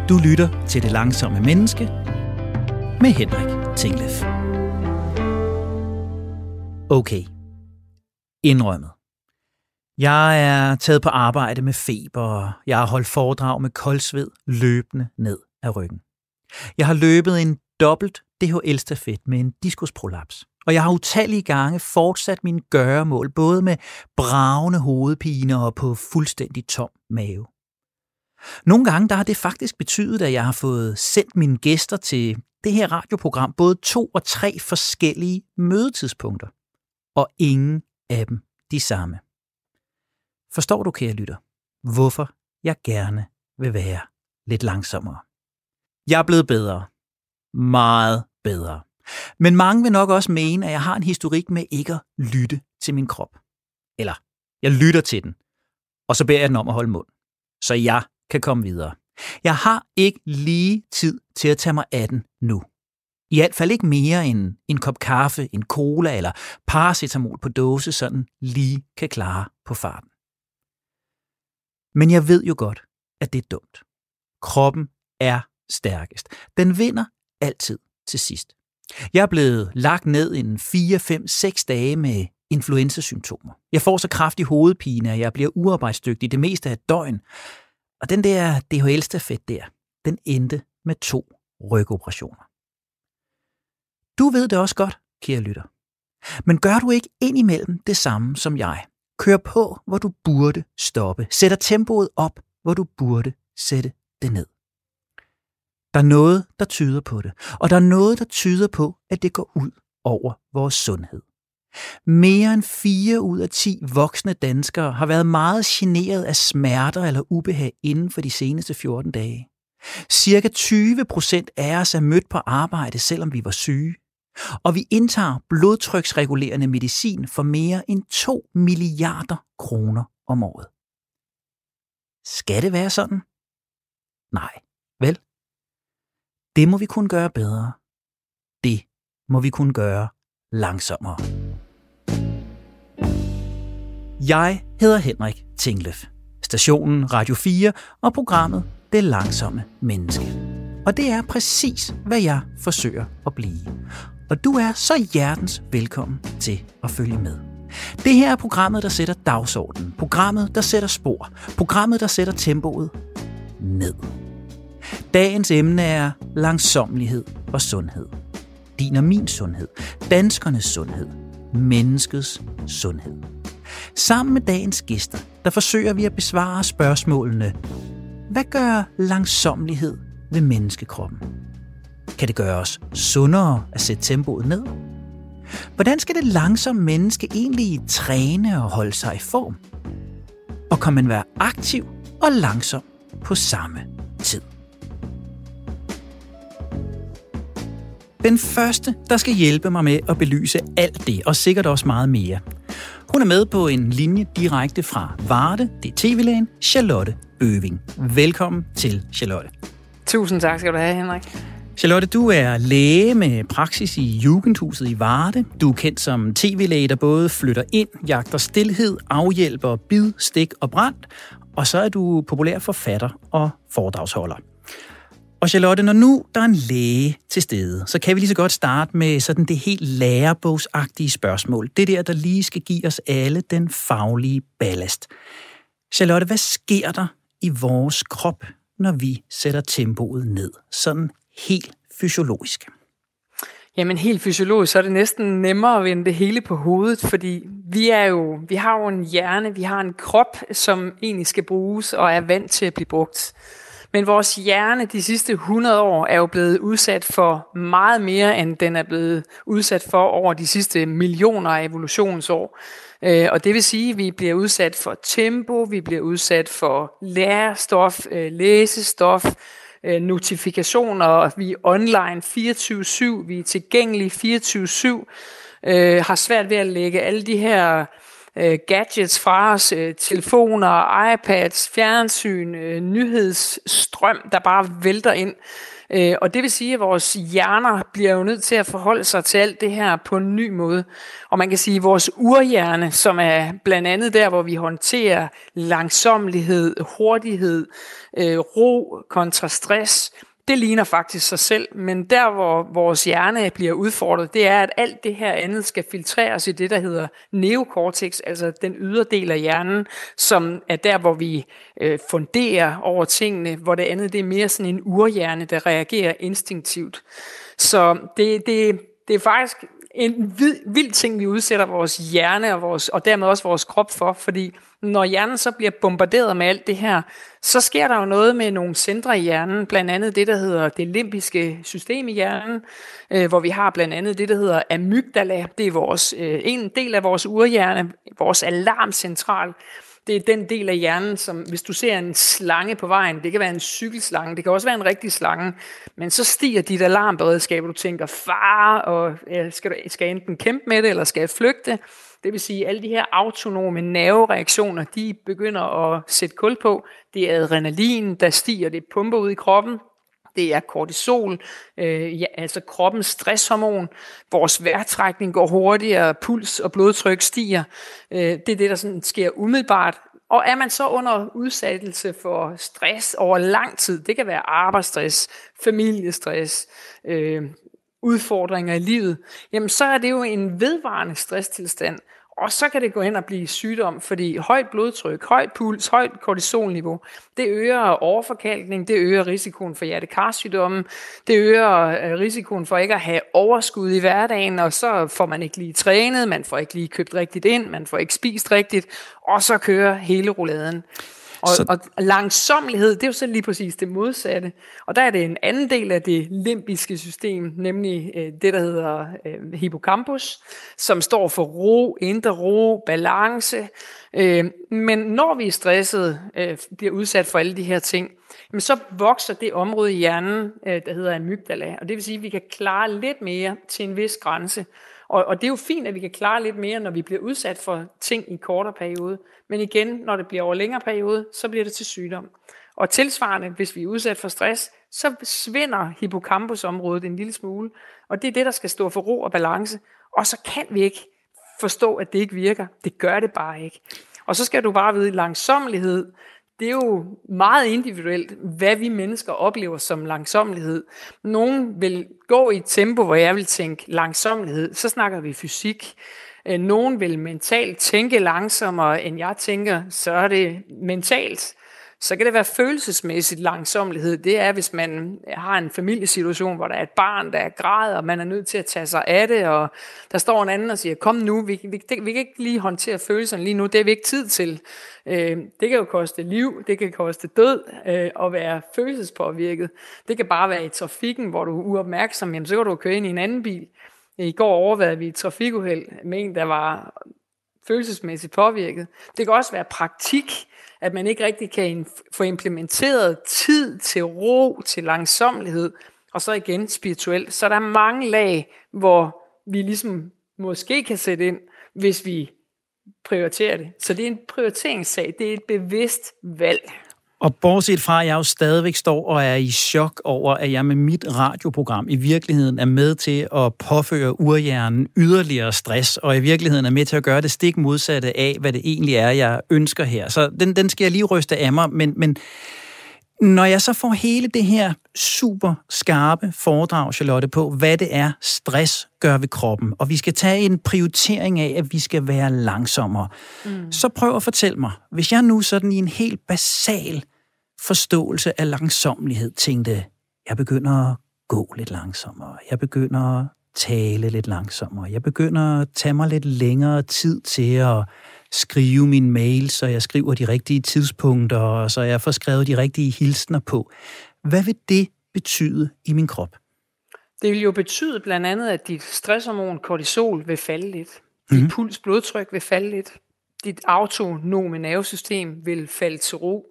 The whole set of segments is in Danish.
Du lytter til Det Langsomme Menneske med Henrik Tinglef. Okay, indrømmet. Jeg er taget på arbejde med feber, og jeg har holdt foredrag med koldsved løbende ned ad ryggen. Jeg har løbet en dobbelt DHL-stafet med en diskusprolaps, og jeg har utallige gange fortsat mine gøremål, både med bragende hovedpine og på fuldstændig tom mave. Nogle gange der har det faktisk betydet, at jeg har fået sendt mine gæster til det her radioprogram både 2 og 3 forskellige mødetidspunkter, og ingen af dem de samme. Forstår du, kære lytter, hvorfor jeg gerne vil være lidt langsommere? Jeg er blevet bedre. Meget bedre. Men mange vil nok også mene, at jeg har en historik med ikke at lytte til min krop. Eller, jeg lytter til den, og så beder jeg den om at holde mund, så jeg kan komme videre. Jeg har ikke lige tid til at tage mig af den nu. I hvert fald ikke mere end en kop kaffe, en cola eller paracetamol på dåse, sådan lige kan klare på farten. Men jeg ved jo godt, at det er dumt. Kroppen er stærkest. Den vinder altid til sidst. Jeg er blevet lagt ned en 4, 5, 6 dage med influenzasymptomer. Jeg får så kraftig hovedpine, at jeg bliver uarbejdsdygtig det meste af et døgn. Og den der DHL-stafet der, den endte med 2 rygoperationer. Du ved det også godt, kære lytter. Men gør du ikke indimellem det samme som jeg? Kør på, hvor du burde stoppe. Sætter tempoet op, hvor du burde sætte det ned. Der er noget, der tyder på det. Og der er noget, der tyder på, at det går ud over vores sundhed. Mere end 4 ud af 10 voksne danskere har været meget generet af smerter eller ubehag inden for de seneste 14 dage. Cirka 20% af os er mødt på arbejde, selvom vi var syge. Og vi indtager blodtryksregulerende medicin for mere end 2 milliarder kroner om året. Skal det være sådan? Nej, vel? Det må vi kunne gøre bedre. Det må vi kunne gøre langsommere. Jeg hedder Henrik Tinglef. Stationen Radio 4 og programmet Det Langsomme Menneske. Og det er præcis, hvad jeg forsøger at blive. Og du er så hjertens velkommen til at følge med. Det her er programmet, der sætter dagsordenen. Programmet, der sætter spor. Programmet, der sætter tempoet ned. Dagens emne er langsommelighed og sundhed. Din og min sundhed. Danskernes sundhed. Menneskets sundhed. Sammen med dagens gæster, der forsøger vi at besvare spørgsmålene: hvad gør langsommelighed ved menneskekroppen? Kan det gøre os sundere at sætte tempoet ned? Hvordan skal det langsomme menneske egentlig træne og holde sig i form? Og kan man være aktiv og langsom på samme tid? Den første, der skal hjælpe mig med at belyse alt det, og sikkert også meget mere. Hun er med på en linje direkte fra Varde. Det er tv-lægen Charlotte Bøving. Velkommen til, Charlotte. Tusind tak skal du have, Henrik. Charlotte, du er læge med praksis i Jugendhuset i Varde. Du er kendt som tv-læge, der både flytter ind, jagter stilhed, afhjælper bid, stik og brand. Og så er du populær forfatter og foredragsholder. Og Charlotte, når nu der er en læge til stede, så kan vi lige så godt starte med sådan det helt lærebogsagtige spørgsmål. Det der lige skal give os alle den faglige ballast. Charlotte, hvad sker der i vores krop, når vi sætter tempoet ned? Sådan helt fysiologisk. Jamen helt fysiologisk, så er det næsten nemmere at vende det hele på hovedet, fordi vi har jo en hjerne, vi har en krop, som egentlig skal bruges og er vant til at blive brugt. Men vores hjerne de sidste 100 år er jo blevet udsat for meget mere, end den er blevet udsat for over de sidste millioner af evolutionsår. Og det vil sige, at vi bliver udsat for tempo, vi bliver udsat for lærestof, læsestof, notifikationer, og vi er online 24/7, vi er tilgængelige 24/7, har svært ved at lægge alle de her gadgets fra os, telefoner, iPads, fjernsyn, nyhedsstrøm, der bare vælter ind. Og det vil sige, at vores hjerner bliver jo nødt til at forholde sig til alt det her på en ny måde. Og man kan sige, at vores urhjerne, som er blandt andet der, hvor vi håndterer langsommelighed, hurtighed, ro kontra stress, det ligner faktisk sig selv, men der hvor vores hjerne bliver udfordret, det er, at alt det her andet skal filtreres i det, der hedder neocortex, altså den ydre del af hjernen, som er der, hvor vi funderer over tingene, hvor det andet det er mere sådan en urhjerne, der reagerer instinktivt. Så det er faktisk en vild ting, vi udsætter vores hjerne og dermed også vores krop for, fordi når hjernen så bliver bombarderet med alt det her, så sker der jo noget med nogle centre i hjernen, blandt andet det, der hedder det limbiske system i hjernen, hvor vi har blandt andet det, der hedder amygdala. Det er en del af vores urhjerne, vores alarmcentral. Det er den del af hjernen, som hvis du ser en slange på vejen, det kan være en cykelslange, det kan også være en rigtig slange, men så stiger dit alarmberedskab, og du tænker, far, og skal jeg enten kæmpe med det, eller skal jeg flygte? Det vil sige, at alle de her autonome nervereaktioner, de begynder at sætte kul på. Det er adrenalin, der stiger, det pumper ud i kroppen. Det er kortisol, altså kroppens stresshormon. Vores vejrtrækning går hurtigere, puls og blodtryk stiger. Det er det, der sådan sker umiddelbart. Og er man så under udsættelse for stress over lang tid, det kan være arbejdsstress, familiestress, udfordringer i livet, jamen så er det jo en vedvarende stresstilstand. Og så kan det gå hen og blive sygdom, fordi højt blodtryk, højt puls, højt kortisolniveau, det øger overforkalkning, det øger risikoen for hjertekarsygdomme, det øger risikoen for ikke at have overskud i hverdagen, og så får man ikke lige trænet, man får ikke lige købt rigtigt ind, man får ikke spist rigtigt, og så kører hele rouladen. Og langsommelighed, det er jo så lige præcis det modsatte. Og der er det en anden del af det limbiske system, nemlig det, der hedder hippocampus, som står for ro, indre ro, balance. Men når vi er stresset, bliver udsat for alle de her ting, så vokser det område i hjernen, der hedder amygdala. Og det vil sige, at vi kan klare lidt mere til en vis grænse. Og det er jo fint, at vi kan klare lidt mere, når vi bliver udsat for ting i kortere periode. Men igen, når det bliver over længere periode, så bliver det til sygdom. Og tilsvarende, hvis vi er udsat for stress, så svinder hippocampusområdet en lille smule. Og det er det, der skal stå for ro og balance. Og så kan vi ikke forstå, at det ikke virker. Det gør det bare ikke. Og så skal du bare vide, langsommelighed, det er jo meget individuelt, hvad vi mennesker oplever som langsommelighed. Nogen vil gå i et tempo, hvor jeg vil tænke langsommelighed, så snakker vi fysik. Nogen vil mentalt tænke langsommere, end jeg tænker, så er det mentalt. Så kan det være følelsesmæssigt langsommelighed. Det er, hvis man har en familiesituation, hvor der er et barn, der græder, og man er nødt til at tage sig af det, og der står en anden og siger, kom nu, vi kan ikke lige håndtere følelserne lige nu, det har vi ikke tid til. Det kan jo koste liv, det kan koste død at være følelsespåvirket. Det kan bare være i trafikken, hvor du er uopmærksom, jamen, så kan du køre ind i en anden bil. I går overvejede vi et trafikuheld med en, der var følelsesmæssigt påvirket. Det kan også være praktik, at man ikke rigtig kan få implementeret tid til ro, til langsommelighed, og så igen spirituelt. Så der er mange lag, hvor vi ligesom måske kan sætte ind, hvis vi prioriterer det. Så det er en prioriteringssag, det er et bevidst valg. Og bortset fra, at jeg jo stadigvæk står og er i chok over, at jeg med mit radioprogram i virkeligheden er med til at påføre urhjernen yderligere stress, og i virkeligheden er med til at gøre det stik modsatte af, hvad det egentlig er, jeg ønsker her. Så den skal jeg lige ryste af mig, men når jeg så får hele det her super skarpe foredrag, Charlotte, på, hvad det er, stress gør ved kroppen, og vi skal tage en prioritering af, at vi skal være langsommere, så prøv at fortælle mig, hvis jeg nu sådan i en helt basal forståelse af langsommelighed tænkte, jeg begynder at gå lidt langsommere, jeg begynder at tale lidt langsommere, jeg begynder at tage mig lidt længere tid til at skrive min mail, så jeg skriver de rigtige tidspunkter, og så jeg får skrevet de rigtige hilsner på. Hvad vil det betyde i min krop? Det vil jo betyde blandt andet, at dit stresshormon kortisol vil falde lidt. Dit puls, blodtryk vil falde lidt. Dit autonome nervesystem vil falde til ro.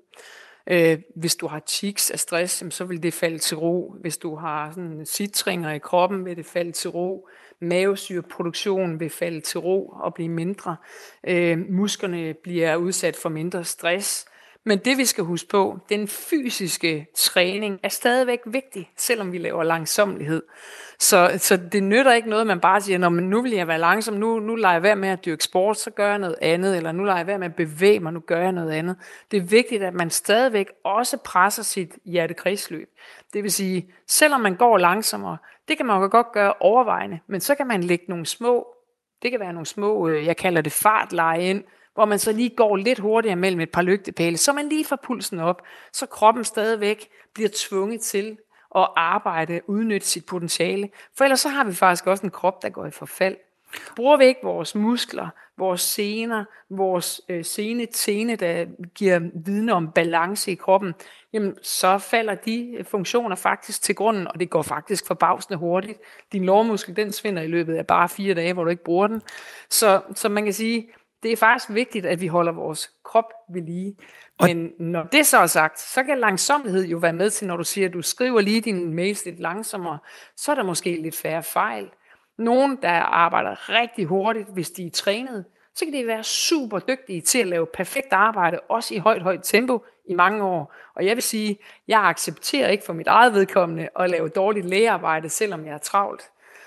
Hvis du har tics af stress, så vil det falde til ro. Hvis du har sådan sitringer i kroppen, vil det falde til ro. Mavesyreproduktionen vil falde til ro og blive mindre. Musklerne bliver udsat for mindre stress. Men det vi skal huske på, den fysiske træning er stadigvæk vigtig, selvom vi laver langsommelighed. Så det nytter ikke noget, man bare siger, nu vil jeg være langsom, nu lader jeg være med at dyrke sport, så gør jeg noget andet, eller nu lader jeg være med at bevæge mig, nu gør jeg noget andet. Det er vigtigt, at man stadigvæk også presser sit hjertekredsløb. Det vil sige, selvom man går langsommere, det kan man jo godt gøre overvejende, men så kan man lægge nogle små, det kan være nogle små, jeg kalder det fartleje ind, hvor man så lige går lidt hurtigere mellem et par lygtepæle, så man lige får pulsen op, så kroppen stadigvæk bliver tvunget til at arbejde, udnytte sit potentiale. For ellers så har vi faktisk også en krop, der går i forfald. Bruger vi ikke vores muskler, vores sener, vores senetæne, der giver vidne om balance i kroppen, jamen så falder de funktioner faktisk til grunden, og det går faktisk forbavsende hurtigt. Din lårmuskel, den svinder i løbet af bare 4 dage, hvor du ikke bruger den. Så man kan sige, det er faktisk vigtigt, at vi holder vores krop ved lige. Men når det så er sagt, så kan langsommelighed jo være med til, når du siger, at du skriver lige dine mails lidt langsommere, så er der måske lidt færre fejl. Nogen, der arbejder rigtig hurtigt, hvis de er trænet, så kan de være super dygtige til at lave perfekt arbejde, også i højt tempo i mange år. Og jeg vil sige, jeg accepterer ikke for mit eget vedkommende at lave dårligt lægearbejde, selvom jeg er travlt.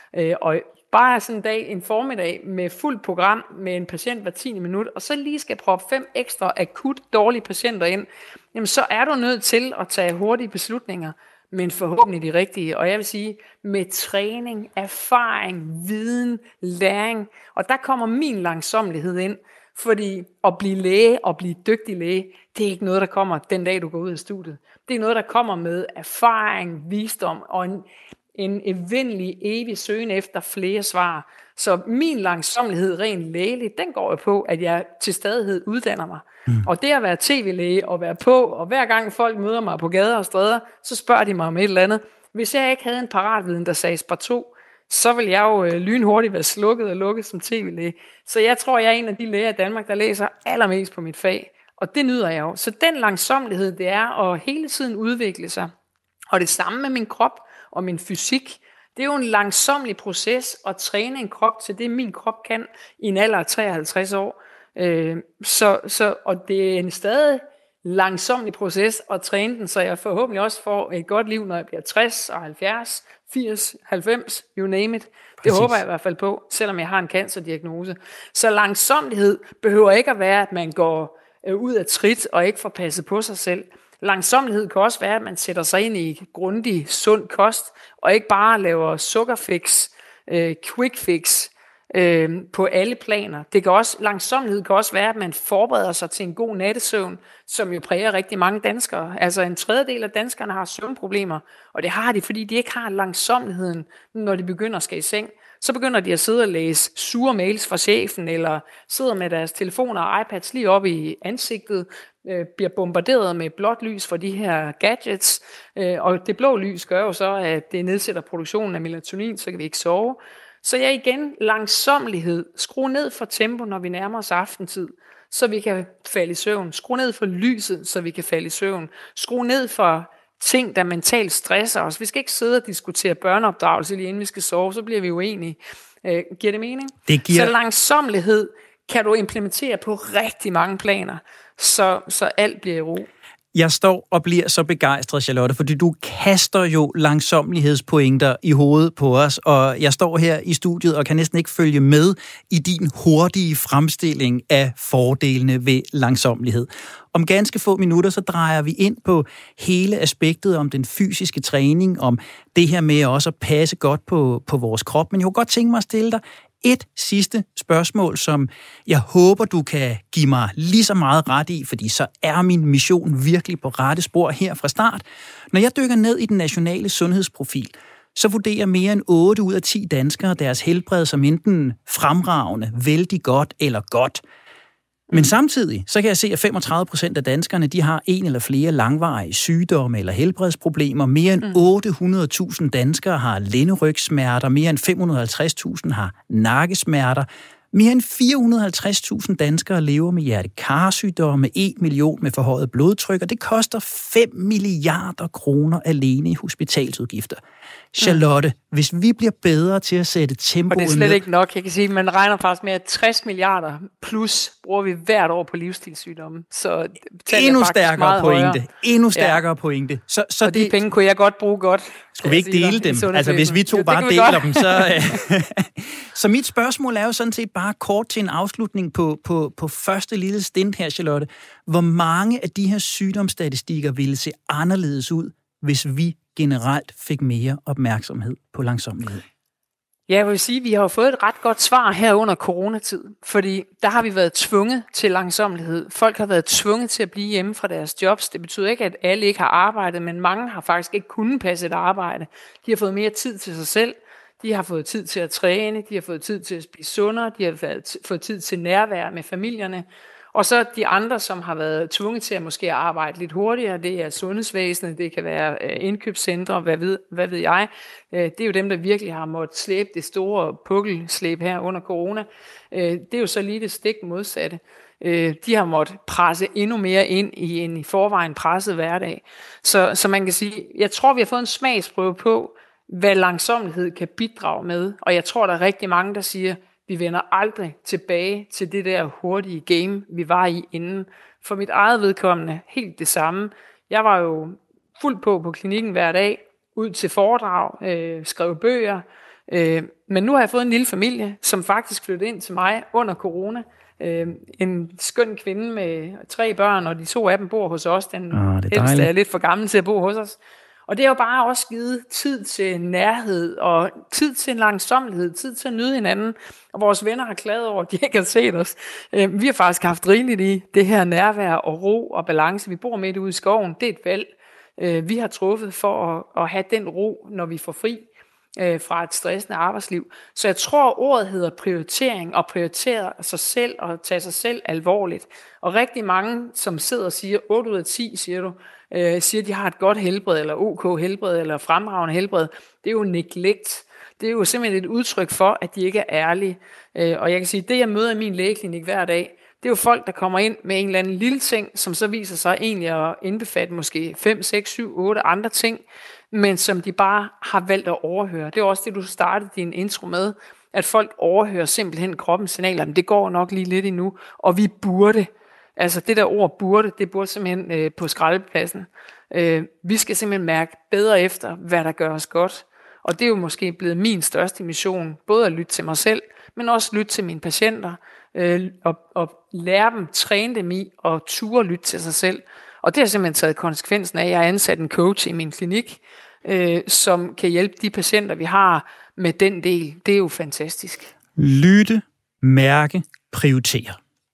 Og bare sådan en dag, en formiddag med fuldt program med en patient hver 10. minut, og så lige skal proppe 5 ekstra akut dårlige patienter ind, jamen så er du nødt til at tage hurtige beslutninger, men forhåbentlig de rigtige. Og jeg vil sige, med træning, erfaring, viden, læring, og der kommer min langsommelighed ind, fordi at blive læge og blive dygtig læge, det er ikke noget, der kommer den dag, du går ud af studiet. Det er noget, der kommer med erfaring, visdom og en evindelig, evig søgen efter flere svar. Så min langsommelighed rent lægeligt, den går jo på, at jeg til stadighed uddanner mig. Og det at være tv-læge og være på, og hver gang folk møder mig på gader og stræder, så spørger de mig om et eller andet. Hvis jeg ikke havde en paratviden, der sagde spar 2, så vil jeg jo lynhurtigt være slukket og lukket som tv-læge. Så jeg tror, jeg er en af de læger i Danmark, der læser allermest på mit fag. Og det nyder jeg jo. Så den langsommelighed, det er at hele tiden udvikle sig. Og det samme med min krop og min fysik. Det er jo en langsommelig proces at træne en krop til det, min krop kan i en alder af 53 år. Og det er en stadig langsommelig proces at træne den, så jeg forhåbentlig også får et godt liv, når jeg bliver 60 og 70, 80, 90, you name it. Det håber jeg i hvert fald på, selvom jeg har en cancerdiagnose. Så langsommelighed behøver ikke at være, at man går ud af trit og ikke får passet på sig selv. Langsommelighed kan også være, at man sætter sig ind i grundig, sund kost, og ikke bare laver sukkerfix, quick fix på alle planer. Langsommelighed kan også være, at man forbereder sig til en god nattesøvn, som jo præger rigtig mange danskere. Altså 1/3 af danskerne har søvnproblemer, og det har de, fordi de ikke har langsommeligheden, når de begynder at skal i seng. Så begynder de at sidde og læse sure mails fra chefen, eller sidder med deres telefoner og iPads lige op i ansigtet, bliver bombarderet med blåt lys fra de her gadgets, og det blå lys gør jo så, at det nedsætter produktionen af melatonin, så kan vi ikke sove. Så igen, langsommelighed. Skru ned for tempo, når vi nærmer os aftentid, så vi kan falde i søvn. Skru ned for lyset, så vi kan falde i søvn. Skru ned for ting, der mentalt stresser os. Vi skal ikke sidde og diskutere børneopdragelse lige inden vi skal sove, så bliver vi uenige. Giver det mening? Så langsommelighed kan du implementere på rigtig mange planer, så alt bliver i ro. Jeg står og bliver så begejstret, Charlotte, fordi du kaster jo langsommelighedspointer i hovedet på os, og jeg står her i studiet og kan næsten ikke følge med i din hurtige fremstilling af fordelene ved langsommelighed. Om ganske få minutter, så drejer vi ind på hele aspektet om den fysiske træning, om det her med også at passe godt på vores krop, men jeg kunne godt tænke mig at stille dig et sidste spørgsmål, som jeg håber, du kan give mig lige så meget ret i, fordi så er min mission virkelig på rette spor her fra start. Når jeg dykker ned i den nationale sundhedsprofil, så vurderer mere end 8 ud af 10 danskere deres helbred som enten fremragende, vældig godt eller godt. Men samtidig, så kan jeg se, at 35% af danskerne, de har en eller flere langvarige sygdomme eller helbredsproblemer. Mere end 800.000 danskere har lænderygsmerter, mere end 550.000 har nakkesmerter. Mere end 450.000 danskere lever med hjerte-karsygdomme, 1 million med forhøjet blodtryk, og det koster 5 milliarder kroner alene i hospitalsudgifter. Charlotte, hvis vi bliver bedre til at sætte tempoet ned... Og det er slet ikke nok. Jeg kan sige, at man regner faktisk med, at 60 milliarder plus bruger vi hvert år på livsstilssygdomme. Så endnu stærkere pointe. Endnu stærkere pointe. Så og de penge kunne jeg godt bruge godt. Skulle vi ikke dele dem? Altså hvis vi to bare deler dem, så... Så mit spørgsmål er jo sådan set bare kort til en afslutning på første lille stint her, Charlotte. Hvor mange af de her sygdomsstatistikker ville se anderledes ud, hvis vi generelt fik mere opmærksomhed på langsommelighed? Ja, jeg vil sige, at vi har fået et ret godt svar her under coronatid, fordi der har vi været tvunget til langsommelighed. Folk har været tvunget til at blive hjemme fra deres jobs. Det betyder ikke, at alle ikke har arbejdet, men mange har faktisk ikke kunnet passe et arbejde. De har fået mere tid til sig selv. De har fået tid til at træne, de har fået tid til at spise sundere, de har fået tid til nærvær med familierne. Og så de andre, som har været tvunget til at måske arbejde lidt hurtigere, det er sundhedsvæsenet, det kan være indkøbscentre, hvad ved jeg. Det er jo dem, der virkelig har måttet slæbe det store pukkelslæb her under corona. Det er jo så lige det stik modsatte. De har måttet presse endnu mere ind i en i forvejen presset hverdag. Så man kan sige, jeg tror, vi har fået en smagsprøve på, hvad langsommelighed kan bidrage med. Og jeg tror, der er rigtig mange, der siger, vi vender aldrig tilbage til det der hurtige game, vi var i inden. For mit eget vedkommende, helt det samme. Jeg var jo fuldt på klinikken hver dag, ud til foredrag, skrev bøger. Men nu har jeg fået en lille familie, som faktisk flyttede ind til mig under corona. En skøn kvinde med 3 børn, og de 2 af dem bor hos os. Den ældste er lidt for gammel til at bo hos os. Og det har jo bare også givet tid til nærhed, og tid til en langsommelighed, tid til at nyde hinanden. Og vores venner har klaget over, at de ikke har set os. Vi har faktisk haft rigeligt i det her nærvær og ro og balance. Vi bor midt ude i skoven, det er et valg. Vi har truffet for at have den ro, når vi får fri fra et stressende arbejdsliv. Så jeg tror, ordet hedder prioritering, og prioritere sig selv og tage sig selv alvorligt. Og rigtig mange, som sidder og siger, 8 ud af 10, siger du, siger, at de har et godt helbred, eller OK helbred, eller fremragende helbred. Det er jo neglect. Det er jo simpelthen et udtryk for, at de ikke er ærlige. Og jeg kan sige, at det jeg møder i min lægeklinik hver dag, det er jo folk, der kommer ind med en eller anden lille ting, som så viser sig egentlig at indbefatte måske 5, 6, 7, 8 andre ting, men som de bare har valgt at overhøre. Det er også det, du startede din intro med, at folk overhører simpelthen kroppens signaler. Men det går nok lige lidt endnu, og vi burde. Altså det der ord burde, det burde simpelthen på skraldepladsen. Vi skal simpelthen mærke bedre efter, hvad der gør os godt. Og det er jo måske blevet min største mission, både at lytte til mig selv, men også lytte til mine patienter, og lære dem, træne dem i, og ture lytte til sig selv. Og det har simpelthen taget konsekvensen af, at jeg har ansat en coach i min klinik, som kan hjælpe de patienter, vi har med den del. Det er jo fantastisk. Lytte, mærke, prioritere.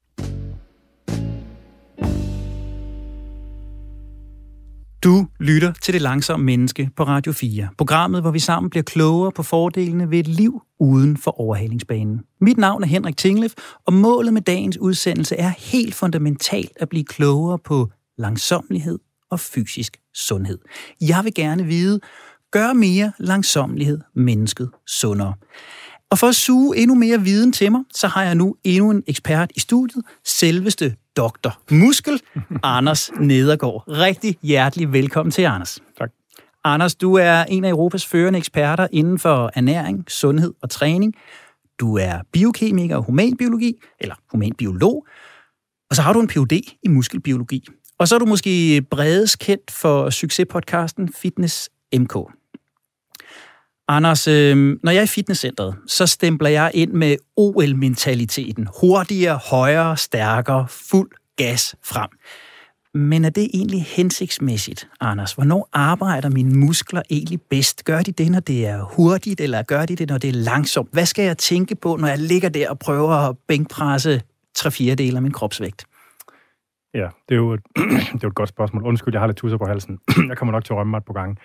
Du lytter til Det Langsomme Menneske på Radio 4. Programmet, hvor vi sammen bliver klogere på fordelene ved et liv uden for overhalingsbanen. Mit navn er Henrik Tinglef, og målet med dagens udsendelse er helt fundamentalt at blive klogere på langsommelighed og fysisk sundhed. Jeg vil gerne vide, gør mere langsommelighed mennesket sundere. Og for at suge endnu mere viden til mig, så har jeg nu endnu en ekspert i studiet, selveste Dr. Muskel, Anders Nedergaard. Rigtig hjertelig velkommen til, Anders. Tak. Anders, du er en af Europas førende eksperter inden for ernæring, sundhed og træning. Du er biokemiker og humanbiologi, eller humanbiolog, og så har du en Ph.D. i muskelbiologi. Og så er du måske bredest kendt for succespodcasten Fitness MK. Anders, når jeg er i fitnesscentret, så stempler jeg ind med OL-mentaliteten. Hurtigere, højere, stærkere, fuld gas frem. Men er det egentlig hensigtsmæssigt, Anders? Hvornår arbejder mine muskler egentlig bedst? Gør de det, når det er hurtigt, eller gør de det, når det er langsomt? Hvad skal jeg tænke på, når jeg ligger der og prøver at bænkpresse 3/4 af min kropsvægt? Ja, det er jo et godt spørgsmål. Undskyld, jeg har lidt tusser på halsen. Jeg kommer nok til at rømme mig et par gange.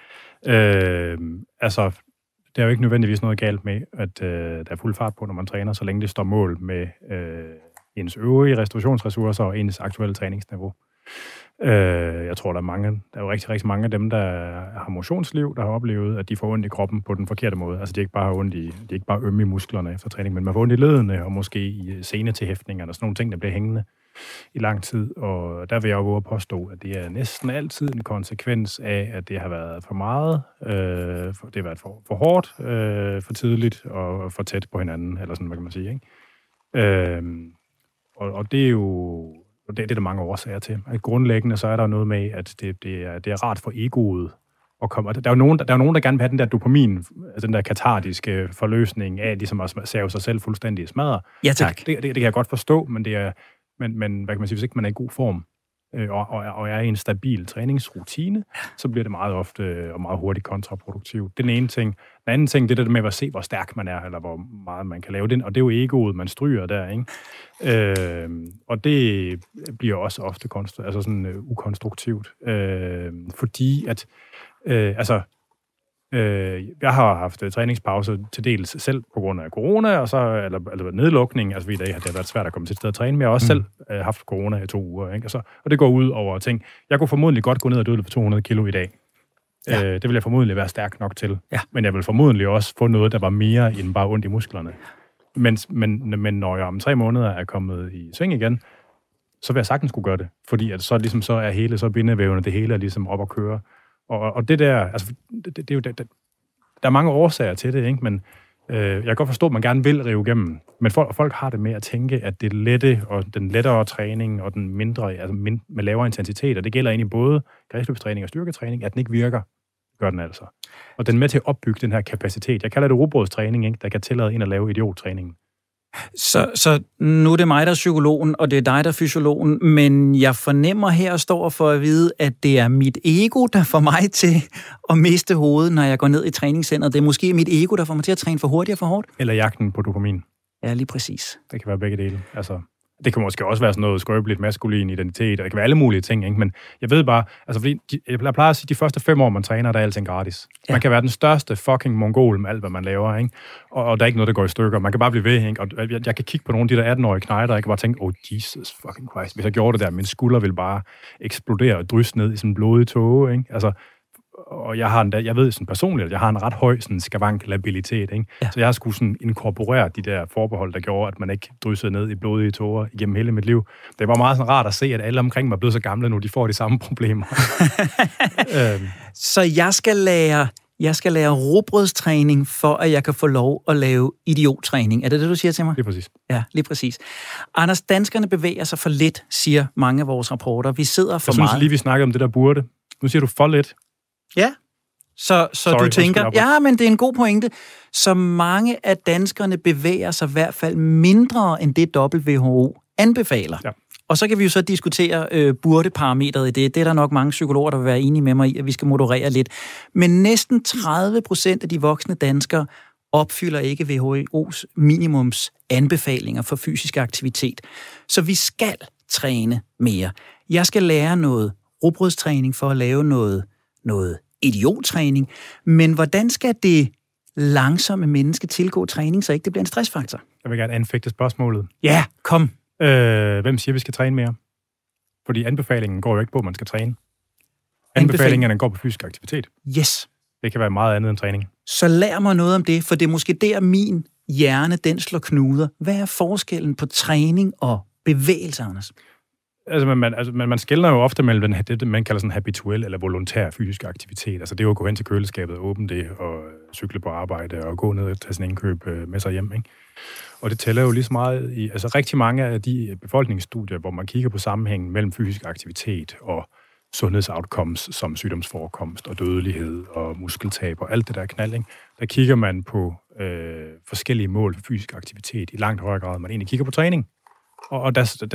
Det er jo ikke nødvendigvis noget galt med, at der er fuld fart på, når man træner, så længe det står mål med ens øvrige restaurationsressourcer og ens aktuelle træningsniveau. Jeg tror, der er jo rigtig, rigtig mange af dem, der har motionsliv, der har oplevet, at de får ondt i kroppen på den forkerte måde. Altså, de er ikke bare ømme i musklerne efter træning, men man får ondt i ledene, og måske i senetilhæftningerne og sådan nogle ting, der bliver hængende i lang tid. Og der vil jeg jo våge at påstå, at det er næsten altid en konsekvens af, at det har været for meget, det har været for hårdt, for tidligt og for tæt på hinanden, eller sådan, hvad kan man sige, ikke? Og det er jo... Og det er der mange årsager til. At grundlæggende så er der noget med, at det er rart for egoet at komme. Der er jo nogen, der gerne vil have den der dopamin, altså den der katartiske forløsning af ligesom at save sig selv fuldstændig i smadre. Ja, tak. Det kan jeg godt forstå, men men hvad kan man sige, hvis ikke man er i god form og er i en stabil træningsrutine, så bliver det meget ofte og meget hurtigt kontraproduktivt. Det er den ene ting. Den anden ting, det er det med at se, hvor stærk man er, eller hvor meget man kan lave det. Og det er jo egoet, man stryger der, ikke? Og det bliver også ofte ukonstruktivt. Fordi at jeg har haft træningspause til dels selv på grund af corona, og så, eller nedlukning, altså fordi det har været svært at komme til et sted at træne, men jeg har også selv haft corona i 2 uger, ikke? Og det går ud over ting. Jeg kunne formodentlig godt gå ned og døde for 200 kilo i dag. Ja. Det vil jeg formodentlig være stærk nok til. Ja. Men jeg vil formodentlig også få noget, der var mere end bare ondt i musklerne. Men når jeg om 3 måneder er kommet i sving igen, så vil jeg sagtens kunne gøre det. Fordi at så er bindevævene, det hele er ligesom op at køre. Og det der, altså, det er jo der er mange årsager til det, ikke? Men jeg kan godt forstå, at man gerne vil rive igennem. Men folk har det med at tænke, at det lette og den lettere træning og den mindre, altså med lavere intensitet, og det gælder egentlig både kredsløbstræning og styrketræning, at den ikke virker, gør den altså. Og den er med til at opbygge den her kapacitet. Jeg kalder det rugbrødstræning, ikke? Der kan tillade en at lave idiottræningen. Så nu er det mig, der er psykologen, og det er dig, der er fysiologen, men jeg fornemmer her og står for at vide, at det er mit ego, der får mig til at miste hovedet, når jeg går ned i træningscenteret. Det er måske mit ego, der får mig til at træne for hurtigt og for hårdt. Eller jagten på dopamin. Ja, lige præcis. Det kan være begge dele. Altså, det kan måske også være sådan noget skrøbeligt maskulin identitet, og det kan være alle mulige ting, ikke? Men jeg ved bare, altså fordi jeg plejer at sige, de første 5 år, man træner, der er alting gratis. Ja. Man kan være den største fucking mongol med alt, hvad man laver, ikke? Og der er ikke noget, der går i stykker. Man kan bare blive ved, ikke? Og jeg kan kigge på nogle af de der 18-årige knejder, og jeg kan bare tænke, Jesus fucking Christ, hvis jeg gjorde det der, min skulder ville bare eksplodere og drysse ned i sådan en blodig tåge, ikke? Altså, og jeg ved sådan personligt, at jeg har en ret høj sådan skavanklabilitet, ikke? Ja. Så jeg har skulle sådan inkorporere de der forbehold, der gjorde, at man ikke dryssede ned i blodige tårer igennem hele mit liv. Det var meget sådan rart at se, at alle omkring mig er blevet så gamle nu, de får de samme problemer. Så jeg skal lære rugbrødstræning, for at jeg kan få lov at lave idiottræning. Er det det, du siger til mig? Lige præcis. Ja, lige præcis. Anders, danskerne bevæger sig for lidt, siger mange af vores rapporter. Vi sidder for meget. Jeg synes lige, vi snakkede om det der burde. Nu siger du for lidt. Ja, så du tænker, ja, men det er en god pointe. Så mange af danskerne bevæger sig i hvert fald mindre end det WHO anbefaler. Ja. Og så kan vi jo så diskutere burde-parametret i det. Det er der nok mange psykologer, der vil være enige med mig i, at vi skal moderere lidt. Men næsten 30% af de voksne danskere opfylder ikke WHO's minimums anbefalinger for fysisk aktivitet. Så vi skal træne mere. Jeg skal lære noget rugbrødstræning for at lave noget idiottræning, men hvordan skal det langsomme menneske tilgå træning, så ikke det bliver en stressfaktor? Jeg vil gerne anfægte spørgsmålet. Ja, kom. Hvem siger, vi skal træne mere? Fordi anbefalingen går jo ikke på, at man skal træne. Anbefalingerne går på fysisk aktivitet. Yes. Det kan være meget andet end træning. Så lær mig noget om det, for det er måske der min hjerne, den slår knuder. Hvad er forskellen på træning og bevægelse, Anders? Altså, man skelner jo ofte mellem det, man kalder sådan habituel eller volontær fysisk aktivitet. Altså det er jo at gå hen til køleskabet og åbne det, og cykle på arbejde, og gå ned og tage sådan en indkøb med sig hjem, ikke? Og det tæller jo lige så meget i, altså rigtig mange af de befolkningsstudier, hvor man kigger på sammenhængen mellem fysisk aktivitet og sundhedsoutcomes som sygdomsforekomst og dødelighed og muskeltab og alt det der knald, ikke? Der kigger man på forskellige mål for fysisk aktivitet i langt højere grad, end man egentlig kigger på træning. Og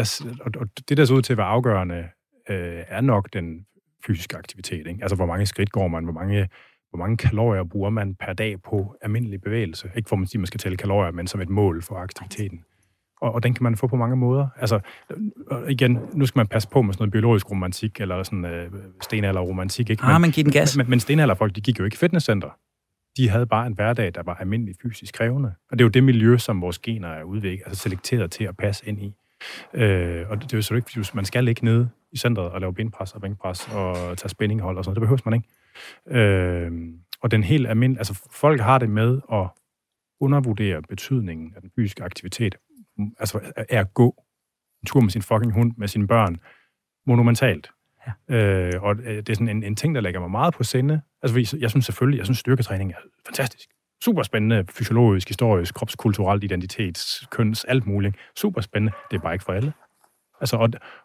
det, der ser ud til at være afgørende, er nok den fysiske aktivitet, ikke? Altså, hvor mange skridt går man, hvor mange kalorier bruger man per dag på almindelig bevægelse. Ikke for at sige, man skal tælle kalorier, men som et mål for aktiviteten. Og den kan man få på mange måder. Altså, igen, nu skal man passe på med sådan noget biologisk romantik, eller sådan stenalderromantik, ikke? Men giv den gas. Men stenalderfolk, de gik jo ikke i fitnesscenter. De havde bare en hverdag, der var almindelig fysisk krævende. Og det er jo det miljø, som vores gener er udviklet, altså selekteret til at passe ind i. Og det er jo så ikke, man skal ikke nede i centret og lave benpres og bænkpres og tage spændinghold og sådan noget. Det behøver man ikke. Og den helt almindelige... Altså, folk har det med at undervurdere betydningen af den fysiske aktivitet. Altså, er at gå en tur med sin fucking hund, med sine børn, monumentalt. Ja. Og det er sådan en ting, der lægger mig meget på sinde. Altså, jeg synes styrketræning er fantastisk. Super spændende, fysiologisk, historisk, kropskulturelt, identitets, køns, alt muligt. Super spændende. Det er bare ikke for alle. Altså,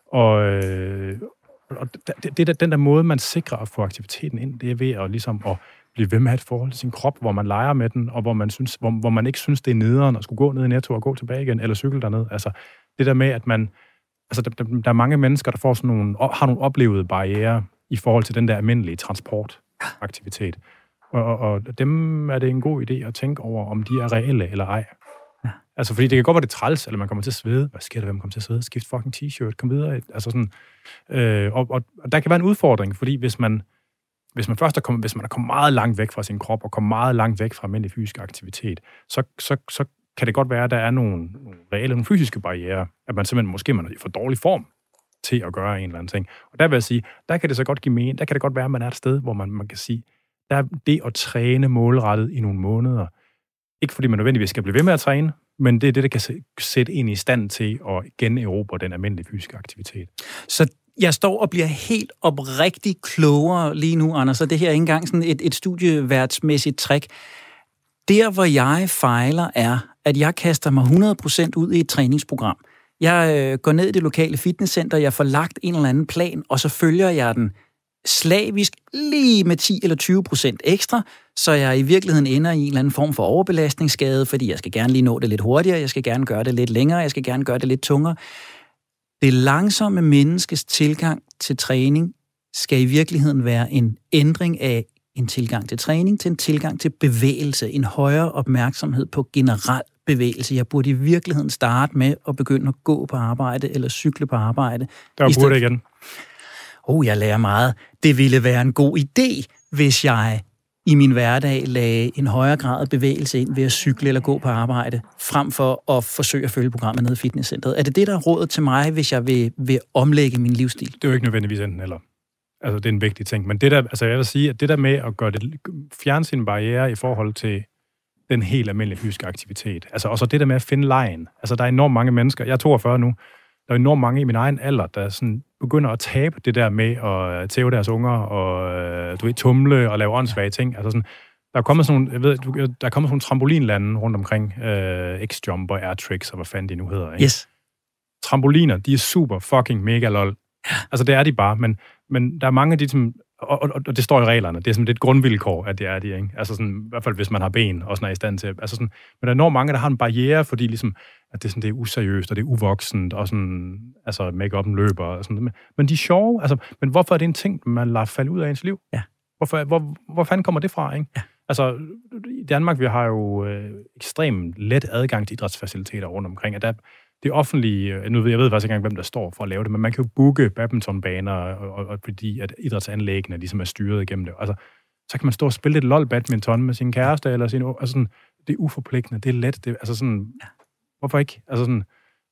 den der måde, man sikrer at få aktiviteten ind, det er ved at, ligesom, at blive ved med at have et forhold til sin krop, hvor man leger med den, og hvor man ikke synes, det er nederen at skulle gå ned i Netto og gå tilbage igen, eller cykle derned. Altså, det der med, at man... Altså, der er mange mennesker, der får har nogle oplevede barrierer i forhold til den der almindelige transportaktivitet. Og dem er det en god idé at tænke over, om de er reelle eller ej. Ja. Altså, fordi det kan godt være, det træls, eller man kommer til at svede. Hvad sker der, hvem kommer til at svede? Skift fucking t-shirt, kom videre. Altså sådan, og der kan være en udfordring, fordi hvis man er kommet meget langt væk fra sin krop, og kommer meget langt væk fra almindelig fysisk aktivitet, så kan det godt være, at der er nogle fysiske barrierer, at man simpelthen man er i for dårlig form til at gøre en eller anden ting. Og der vil jeg sige, der kan det så godt give mening, der kan det godt være, at man er et sted, hvor man kan sige, der er det at træne målrettet i nogle måneder. Ikke fordi man nødvendigvis skal blive ved med at træne, men det er det, der kan sætte en i stand til at generobre den almindelige fysiske aktivitet. Så jeg står og bliver helt oprigtigt klogere lige nu, Anders, og det her er ikke engang sådan et studieværtsmæssigt trick. Der, hvor jeg fejler, er, at jeg kaster mig 100% ud i et træningsprogram. Jeg går ned i det lokale fitnesscenter, jeg får lagt en eller anden plan, og så følger jeg den slavisk lige med 10 eller 20% ekstra, så jeg i virkeligheden ender i en eller anden form for overbelastningsskade, fordi jeg skal gerne lige nå det lidt hurtigere, jeg skal gerne gøre det lidt længere, jeg skal gerne gøre det lidt tungere. Det langsomme menneskes tilgang til træning skal i virkeligheden være en ændring af en tilgang til træning, til en tilgang til bevægelse, en højere opmærksomhed på generel bevægelse. Jeg burde i virkeligheden starte med at begynde at gå på arbejde eller cykle på arbejde. Der burde igen. Jeg lærer meget. Det ville være en god idé, hvis jeg i min hverdag lagde en højere grad af bevægelse ind ved at cykle eller gå på arbejde, frem for at forsøge at følge programmet nede i fitnesscenteret. Er det det, der er rådet til mig, hvis jeg vil omlægge min livsstil? Det er jo ikke nødvendigvis enten eller. Altså, det er en vigtig ting. Men det der, altså jeg vil sige, at det der med at fjerne sine barrierer i forhold til den helt almindelige fysiske aktivitet. Altså, og så det der med at finde lejen. Altså, der er enormt mange mennesker. Jeg er 42 nu. Der er enormt mange i min egen alder, der sådan begynder at tabe det der med at tæve deres unger og tumle og lave åndssvage ting. Altså sådan, der er kommet sådan nogle trampolinlande rundt omkring, X-jump og airtricks og hvad fanden de nu hedder. Ikke? Yes. Trampoliner, de er super fucking mega lol. Altså det er de bare, men der er mange af de, som, og det står i reglerne, det er sådan lidt grundvilkår, at det er de, ikke? Altså sådan, i hvert fald hvis man har ben og sådan er i stand til, altså sådan, men der er enormt mange, der har en barriere, fordi ligesom, at det er sådan, det er useriøst, og det er uvoksent, og sådan, altså make-up'en løber, og sådan, men de er sjove, altså, men hvorfor er det en ting, man lader falde ud af ens liv? Ja. Hvor fanden kommer det fra, ikke? Ja. Altså, i Danmark, vi har jo ekstremt let adgang til idrætsfaciliteter rundt omkring, at det offentlige, jeg ved faktisk ikke engang, hvem der står for at lave det, men man kan jo booke badmintonbaner, og fordi at idrætsanlæggene ligesom er styret igennem det. Altså, så kan man stå og spille lidt lol-badminton med sin kæreste, eller sin, altså sådan, det er uforpligtende, det er let, det, altså sådan, hvorfor ikke? Altså sådan,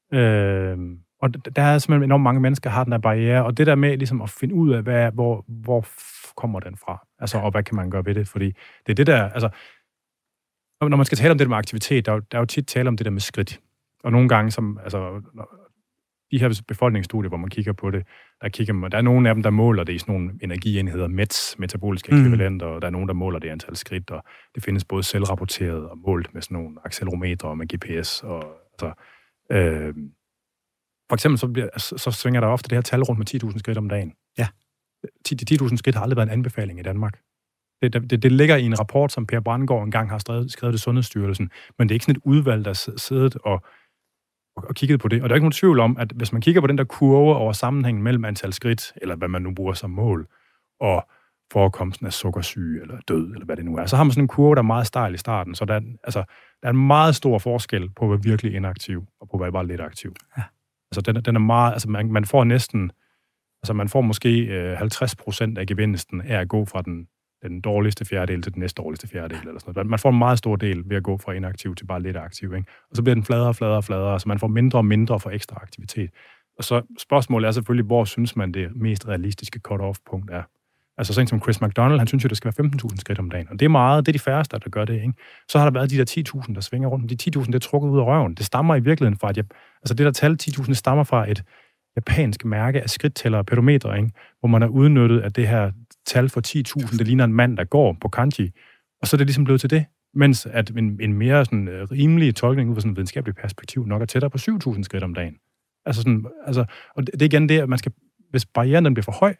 og der er simpelthen enormt mange mennesker, der har den der barriere, og det der med ligesom at finde ud af, hvor kommer den fra? Altså, og hvad kan man gøre ved det? Fordi det er det der, altså, når man skal tale om det med aktivitet, der er jo tit tale om det der med skridt. Og nogle gange, de her befolkningsstudier, hvor man kigger på det, der er nogle af dem, der måler det i sådan nogle energienheder, METs, metaboliske ekvivalenter, og der er nogen, der måler det antal skridt, og det findes både selvrapporteret og målt med sådan nogle accelerometre og med GPS. Og, altså, for eksempel så svinger der ofte det her tal rundt med 10.000 skridt om dagen. Ja. De 10.000 skridt har aldrig været en anbefaling i Danmark. Det ligger i en rapport, som Per Brandgaard engang har skrevet til Sundhedsstyrelsen, men det er ikke sådan et udvalg, der siddet og kigget på det. Og der er ikke nogen tvivl om, at hvis man kigger på den der kurve over sammenhængen mellem antal skridt, eller hvad man nu bruger som mål, og forekomsten af sukkersyge eller død, eller hvad det nu er, så har man sådan en kurve, der er meget stejl i starten. Så der er en meget stor forskel på at være virkelig inaktiv, og på at være bare lidt aktiv. Ja. Altså den er meget, altså man får næsten, altså man får måske 50% af gevinsten af at gå fra den dårligste fjerdedel til den næst dårligste fjerdedel, eller sådan noget. Man får en meget stor del ved at gå fra inaktiv til bare lidt aktiv, ikke? Og så bliver den fladere og fladere og fladere, så man får mindre og mindre for ekstra aktivitet. Og så spørgsmålet er selvfølgelig, hvor synes man det mest realistiske cut-off-punkt er. Altså sådan som Chris McDonald, han synes jo, det skal være 15.000 skridt om dagen. Og det er meget, det er de færreste, der gør det, ikke? Så har der været de der 10.000, der svinger rundt. De 10.000, det er trukket ud af røven. Det stammer i virkeligheden fra, altså det der tal 10.000, stammer fra et japansk mærke af skridttæller og pedometer, ikke? Hvor man har udnyttet, at det her tal for 10.000, det ligner en mand, der går på kanji. Og så er det ligesom blevet til det. Mens at en mere sådan rimelig tolkning ud fra sådan et videnskabeligt perspektiv nok er tættere på 7.000 skridt om dagen. Og det er igen det, at man skal, hvis barrieren den bliver for høj,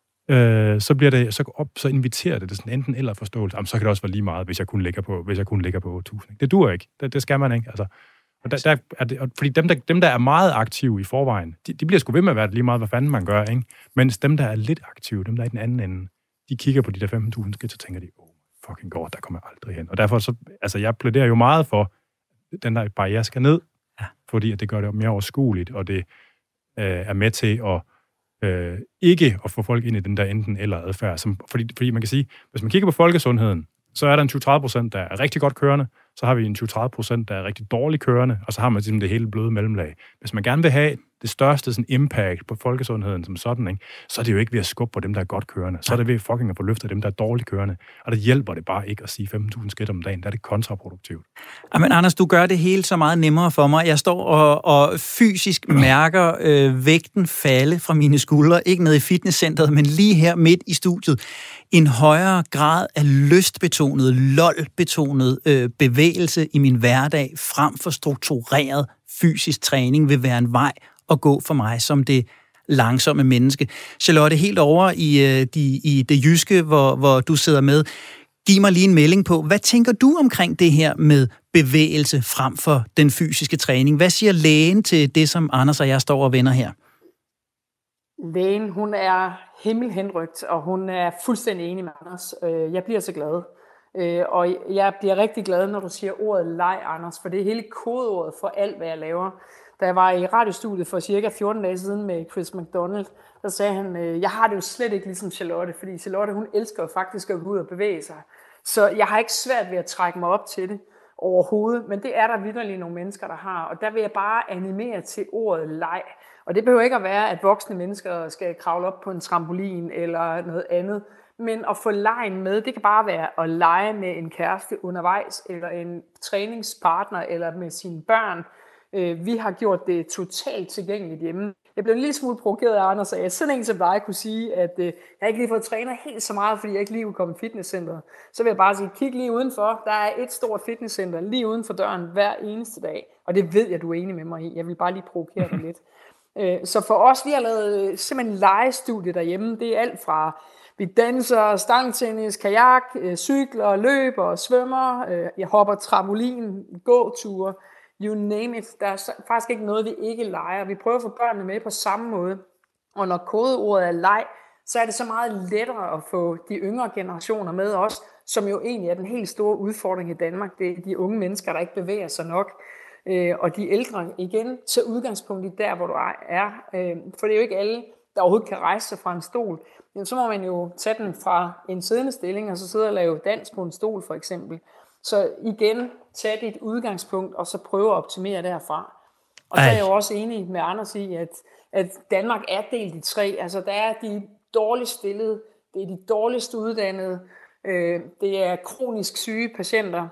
så inviterer det sådan enten eller forståelse. Jamen, så kan det også være lige meget, hvis jeg kun ligger på 8.000. Det duer ikke. Det skal man ikke. Altså, og der er det, fordi dem, der er meget aktive i forvejen, de bliver sgu ved med at være lige meget, hvad fanden man gør, ikke? Mens dem, der er lidt aktive, dem, der er i den anden ende, de kigger på de der 15.000 skridt, så tænker de, fucking godt, der kommer jeg aldrig hen. Og derfor så, altså jeg plæderer jo meget for, den der barriere skal ned, fordi at det gør det mere overskueligt, og det er med til at ikke at få folk ind i den der enten eller adfærd. Fordi man kan sige, hvis man kigger på folkesundheden, så er der en 20-30%, der er rigtig godt kørende, så har vi en 20-30%, der er rigtig dårligt kørende, og så har man simpelthen det hele bløde mellemlag. Hvis man gerne vil have det største sådan, impact på folkesundheden som sådan, ikke, så er det jo ikke ved at skubbe på dem, der er godt kørende. Så er det ved fucking at få løftet dem, der er dårligt kørende. Og det hjælper det bare ikke at sige 15.000 skridt om dagen. Der er det kontraproduktivt. Men Anders, du gør det hele så meget nemmere for mig. Jeg står og fysisk mærker vægten falde fra mine skuldre. Ikke nede i fitnesscenteret, men lige her midt i studiet. En højere grad af lystbetonet, lol-betonet bevægelse i min hverdag frem for struktureret fysisk træning vil være en vej at gå for mig som det langsomme menneske. Charlotte, helt over i det jyske, hvor du sidder med. Giv mig lige en melding på, hvad tænker du omkring det her med bevægelse frem for den fysiske træning? Hvad siger lægen til det, som Anders og jeg står og vender her? Lægen, hun er himmelhenrygt, og hun er fuldstændig enig med Anders. Jeg bliver så glad. Og jeg bliver rigtig glad, når du siger ordet leg, Anders, for det er hele kodeordet for alt, hvad jeg laver. Da jeg var i radiostudiet for cirka 14 dage siden med Chris McDonald, der sagde han, jeg har det jo slet ikke ligesom Charlotte, fordi Charlotte, hun elsker jo faktisk at gå ud og bevæge sig. Så jeg har ikke svært ved at trække mig op til det overhovedet, men det er der vitterligt nogle mennesker, der har. Og der vil jeg bare animere til ordet leg. Og det behøver ikke at være, at voksne mennesker skal kravle op på en trampolin eller noget andet. Men at få legen med, det kan bare være at lege med en kæreste undervejs, eller en træningspartner, eller med sine børn. Vi har gjort det totalt tilgængeligt hjemme. Jeg blev en lille smule provokeret af Anders, at sådan en som dig kunne sige, at jeg ikke lige fået træner helt så meget, fordi jeg ikke lige kunne komme i fitnesscenteret. Så vil jeg bare sige, kig lige udenfor. Der er et stort fitnesscenter lige uden for døren hver eneste dag. Og det ved jeg, du er enig med mig i. Jeg vil bare lige provokere dig lidt. Så for os, vi har lavet simpelthen legestudie derhjemme. Det er alt fra vi danser, stangtennis, kajak, cykler, løber, svømmer, jeg hopper trampolin, gåture, you name it. Der er faktisk ikke noget, vi ikke leger. Vi prøver at få børnene med på samme måde. Og når kodeordet er leg, så er det så meget lettere at få de yngre generationer med os, som jo egentlig er den helt store udfordring i Danmark. Det er de unge mennesker, der ikke bevæger sig nok. Og de ældre igen til udgangspunkt i der, hvor du er. For det er jo ikke alle, der overhovedet kan rejse sig fra en stol. Så må man jo tage den fra en siddende stilling, og så sidde og lave dans på en stol for eksempel. Så igen, tag dit udgangspunkt, og så prøve at optimere derfra. Og så er jeg jo også enig med Anders i, at Danmark er delt i tre. Altså der er de dårligst stillede, det er de dårligst uddannede, det er kronisk syge patienter,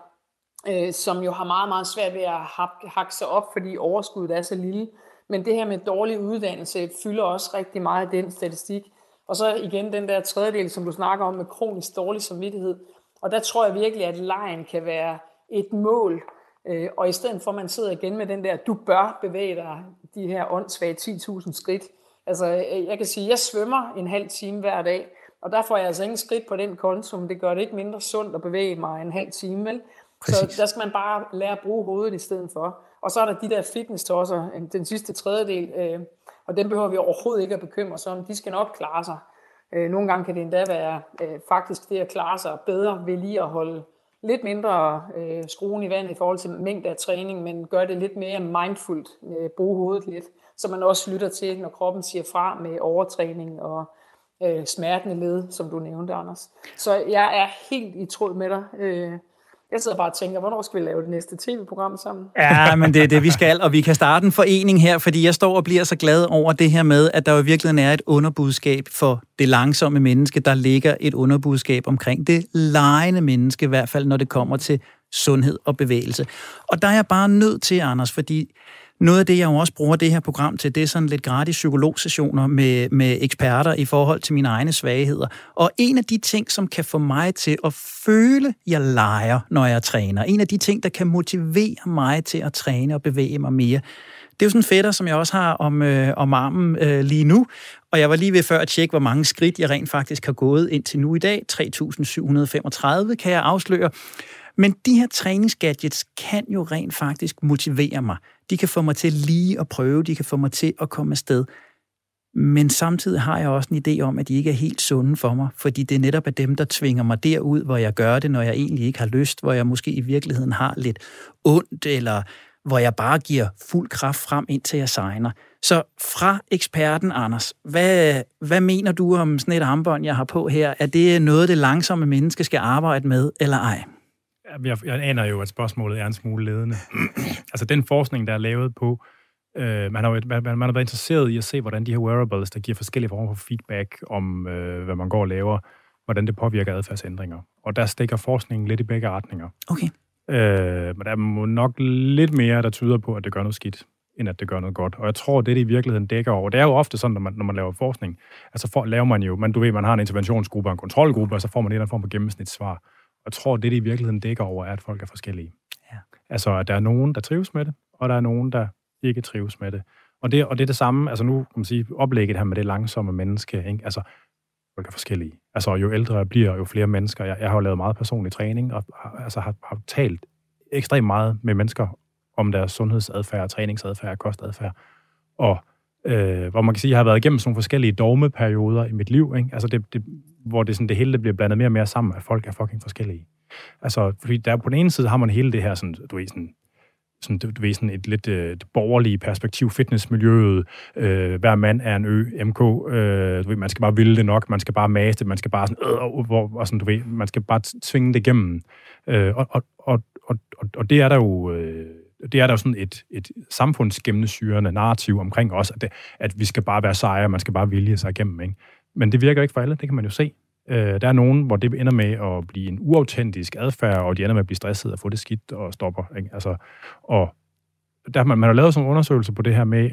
som jo har meget, meget svært ved at hakke sig op, fordi overskuddet er så lille. Men det her med dårlig uddannelse fylder også rigtig meget af den statistik. Og så igen den der tredjedel, som du snakker om med kronisk dårlig samvittighed. Og der tror jeg virkelig, at legen kan være et mål. Og i stedet for, at man sidder igen med den der, du bør bevæge dig de her åndssvage 10.000 skridt. Altså jeg kan sige, at jeg svømmer en halv time hver dag. Og der får jeg altså ingen skridt på den konto, men det gør det ikke mindre sundt at bevæge mig en halv time, vel? Præcis. Så der skal man bare lære at bruge hovedet i stedet for. Og så er der de der fitness-tosser, den sidste tredjedel, og dem behøver vi overhovedet ikke at bekymre os om. De skal nok klare sig. Nogle gange kan det endda være faktisk det at klare sig bedre ved lige at holde lidt mindre skruen i vandet i forhold til mængde af træning, men gør det lidt mere mindfuldt, bruge hovedet lidt, så man også lytter til, når kroppen siger fra med overtræning og smertende led, som du nævnte, Anders. Så jeg er helt i tråd med dig. Jeg sidder bare og tænker, hvornår skal vi lave det næste tv-program sammen? Ja, men det er det, vi skal, og vi kan starte en forening her, fordi jeg står og bliver så glad over det her med, at der jo virkelig er et underbudskab for det langsomme menneske. Der ligger et underbudskab omkring det legende menneske, i hvert fald når det kommer til sundhed og bevægelse. Og der er jeg bare nødt til, Anders, fordi noget af det, jeg jo også bruger det her program til, det er sådan lidt gratis psykologsessioner med eksperter i forhold til mine egne svagheder. Og en af de ting, som kan få mig til at føle, jeg leger, når jeg træner, en af de ting, der kan motivere mig til at træne og bevæge mig mere, det er jo sådan en fætter, som jeg også har om armen lige nu. Og jeg var lige ved før at tjekke, hvor mange skridt jeg rent faktisk har gået indtil nu i dag. 3.735 kan jeg afsløre. Men de her træningsgadgets kan jo rent faktisk motivere mig. De kan få mig til lige at prøve, de kan få mig til at komme afsted. Men samtidig har jeg også en idé om, at de ikke er helt sunde for mig, fordi det er netop af dem, der tvinger mig derud, hvor jeg gør det, når jeg egentlig ikke har lyst, hvor jeg måske i virkeligheden har lidt ondt, eller hvor jeg bare giver fuld kraft frem, indtil jeg segner. Så fra eksperten, Anders, hvad mener du om sådan et armbånd, jeg har på her? Er det noget, det langsomme menneske skal arbejde med, eller ej? Jeg aner jo, at spørgsmålet er en smule ledende. Altså den forskning, der er lavet på, man har været interesseret i at se, hvordan de her wearables, der giver forskellige former for feedback om, hvad man går og laver, hvordan det påvirker adfærdsændringer. Og der stikker forskningen lidt i begge retninger. Okay. Men der er nok lidt mere, der tyder på, at det gør noget skidt, end at det gør noget godt. Og jeg tror, det i virkeligheden dækker over. Det er jo ofte sådan, når man laver forskning, altså laver man jo, man har en interventionsgruppe og en kontrolgruppe, og så får man en eller anden form for gennemsnitssvar. Jeg tror, det i virkeligheden dækker over, at folk er forskellige. Ja. Altså, at der er nogen, der trives med det, og der er nogen, der ikke trives med det. Og det er det samme, altså nu kan man sige, oplægget her med det langsomme menneske, ikke? Altså, folk er forskellige. Altså, jo ældre jeg bliver, jo flere mennesker. Jeg har jo lavet meget personlig træning, og har talt ekstremt meget med mennesker om deres sundhedsadfærd, træningsadfærd, kostadfærd. Og hvor man kan sige, at jeg har været igennem sådan nogle forskellige dogmeperioder i mit liv, ikke? Altså hvor det hele bliver blandet mere og mere sammen, at folk er fucking forskellige. Altså, fordi der på den ene side har man hele det her, sådan et lidt borgerlige perspektiv, fitnessmiljøet, hver mand er en MK, man skal bare ville det nok, man skal bare mase det, man skal bare sådan, man skal bare tvinge det igennem. Og det er der jo... Det er der jo sådan et samfundsgennemsyrende narrativ omkring os, at vi skal bare være sejre, man skal bare vilje sig igennem, ikke? Men det virker ikke for alle, det kan man jo se. Der er nogen, hvor det ender med at blive en uautentisk adfærd, og de ender med at blive stresset og få det skidt og stopper, ikke? Altså, og der man har lavet sådan en undersøgelse på det her med,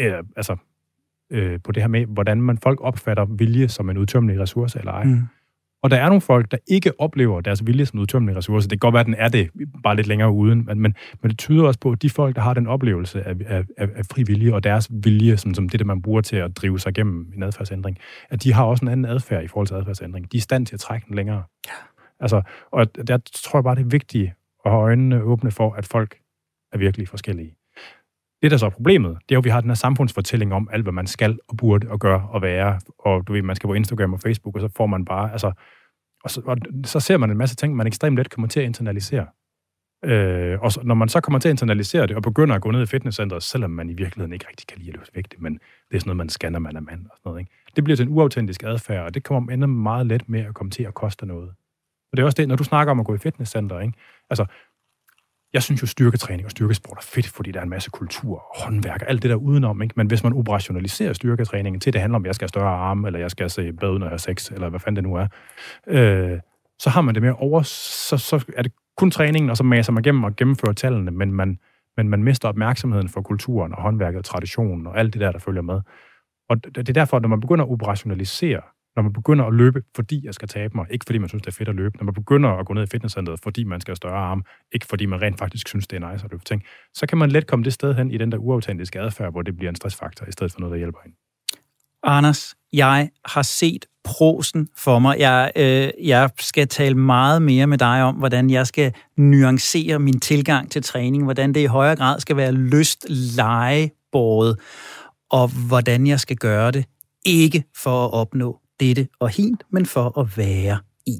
på det her med, hvordan folk opfatter vilje som en udtømmelig ressource eller ej. Mm. Og der er nogle folk, der ikke oplever deres vilje som en udtømmelig ressource. Det kan godt være, at den er det bare lidt længere uden, men det tyder også på, at de folk, der har den oplevelse af fri vilje og deres vilje, som det, man bruger til at drive sig igennem en adfærdsændring, at de har også en anden adfærd i forhold til adfærdsændring. De er i stand til at trække den længere. Ja. Altså, og der tror jeg bare, det er vigtigt at have øjnene åbne for, at folk er virkelig forskellige. Det, der så er problemet, det er jo, at vi har den her samfundsfortælling om alt, hvad man skal og burde og gøre og være. Og du ved, man skal på Instagram og Facebook, og så får man bare... Altså, og så ser man en masse ting, man ekstremt let kommer til at internalisere. Og når man så kommer til at internalisere det, og begynder at gå ned i fitnesscenteret, selvom man i virkeligheden ikke rigtig kan lide at løfte vægte, men det er sådan noget, man skal, når man er mand og sådan noget, ikke? Det bliver til en uautentisk adfærd, og det kommer ender meget let med at komme til at koste noget. Og det er også det, når du snakker om at gå i fitnesscenter, ikke? Altså, jeg synes jo, styrketræning og styrkesport er fedt, fordi der er en masse kultur og håndværk og alt det der udenom, ikke? Men hvis man operationaliserer styrketræningen til, det handler om, at jeg skal have større arme, eller jeg skal se bedre ud, når jeg har sex, eller hvad fanden det nu er, så har man det mere over, så er det kun træningen, og så maser man igennem og gennemfører tallene, men man mister opmærksomheden for kulturen og håndværket og traditionen og alt det der følger med. Og det er derfor, når man begynder at operationalisere, når man begynder at løbe, fordi jeg skal tabe mig, ikke fordi man synes, det er fedt at løbe, når man begynder at gå ned i fitnesscenteret, fordi man skal have større arme, ikke fordi man rent faktisk synes, det er nice at løbe ting, så kan man let komme det sted hen i den der uautentiske adfærd, hvor det bliver en stressfaktor, i stedet for noget, der hjælper en. Anders, jeg har set prosen for mig. Jeg skal tale meget mere med dig om, hvordan jeg skal nuancere min tilgang til træning, hvordan det i højere grad skal være lystlegebåret, og hvordan jeg skal gøre det, ikke for at opnå dette og hint, men for at være i.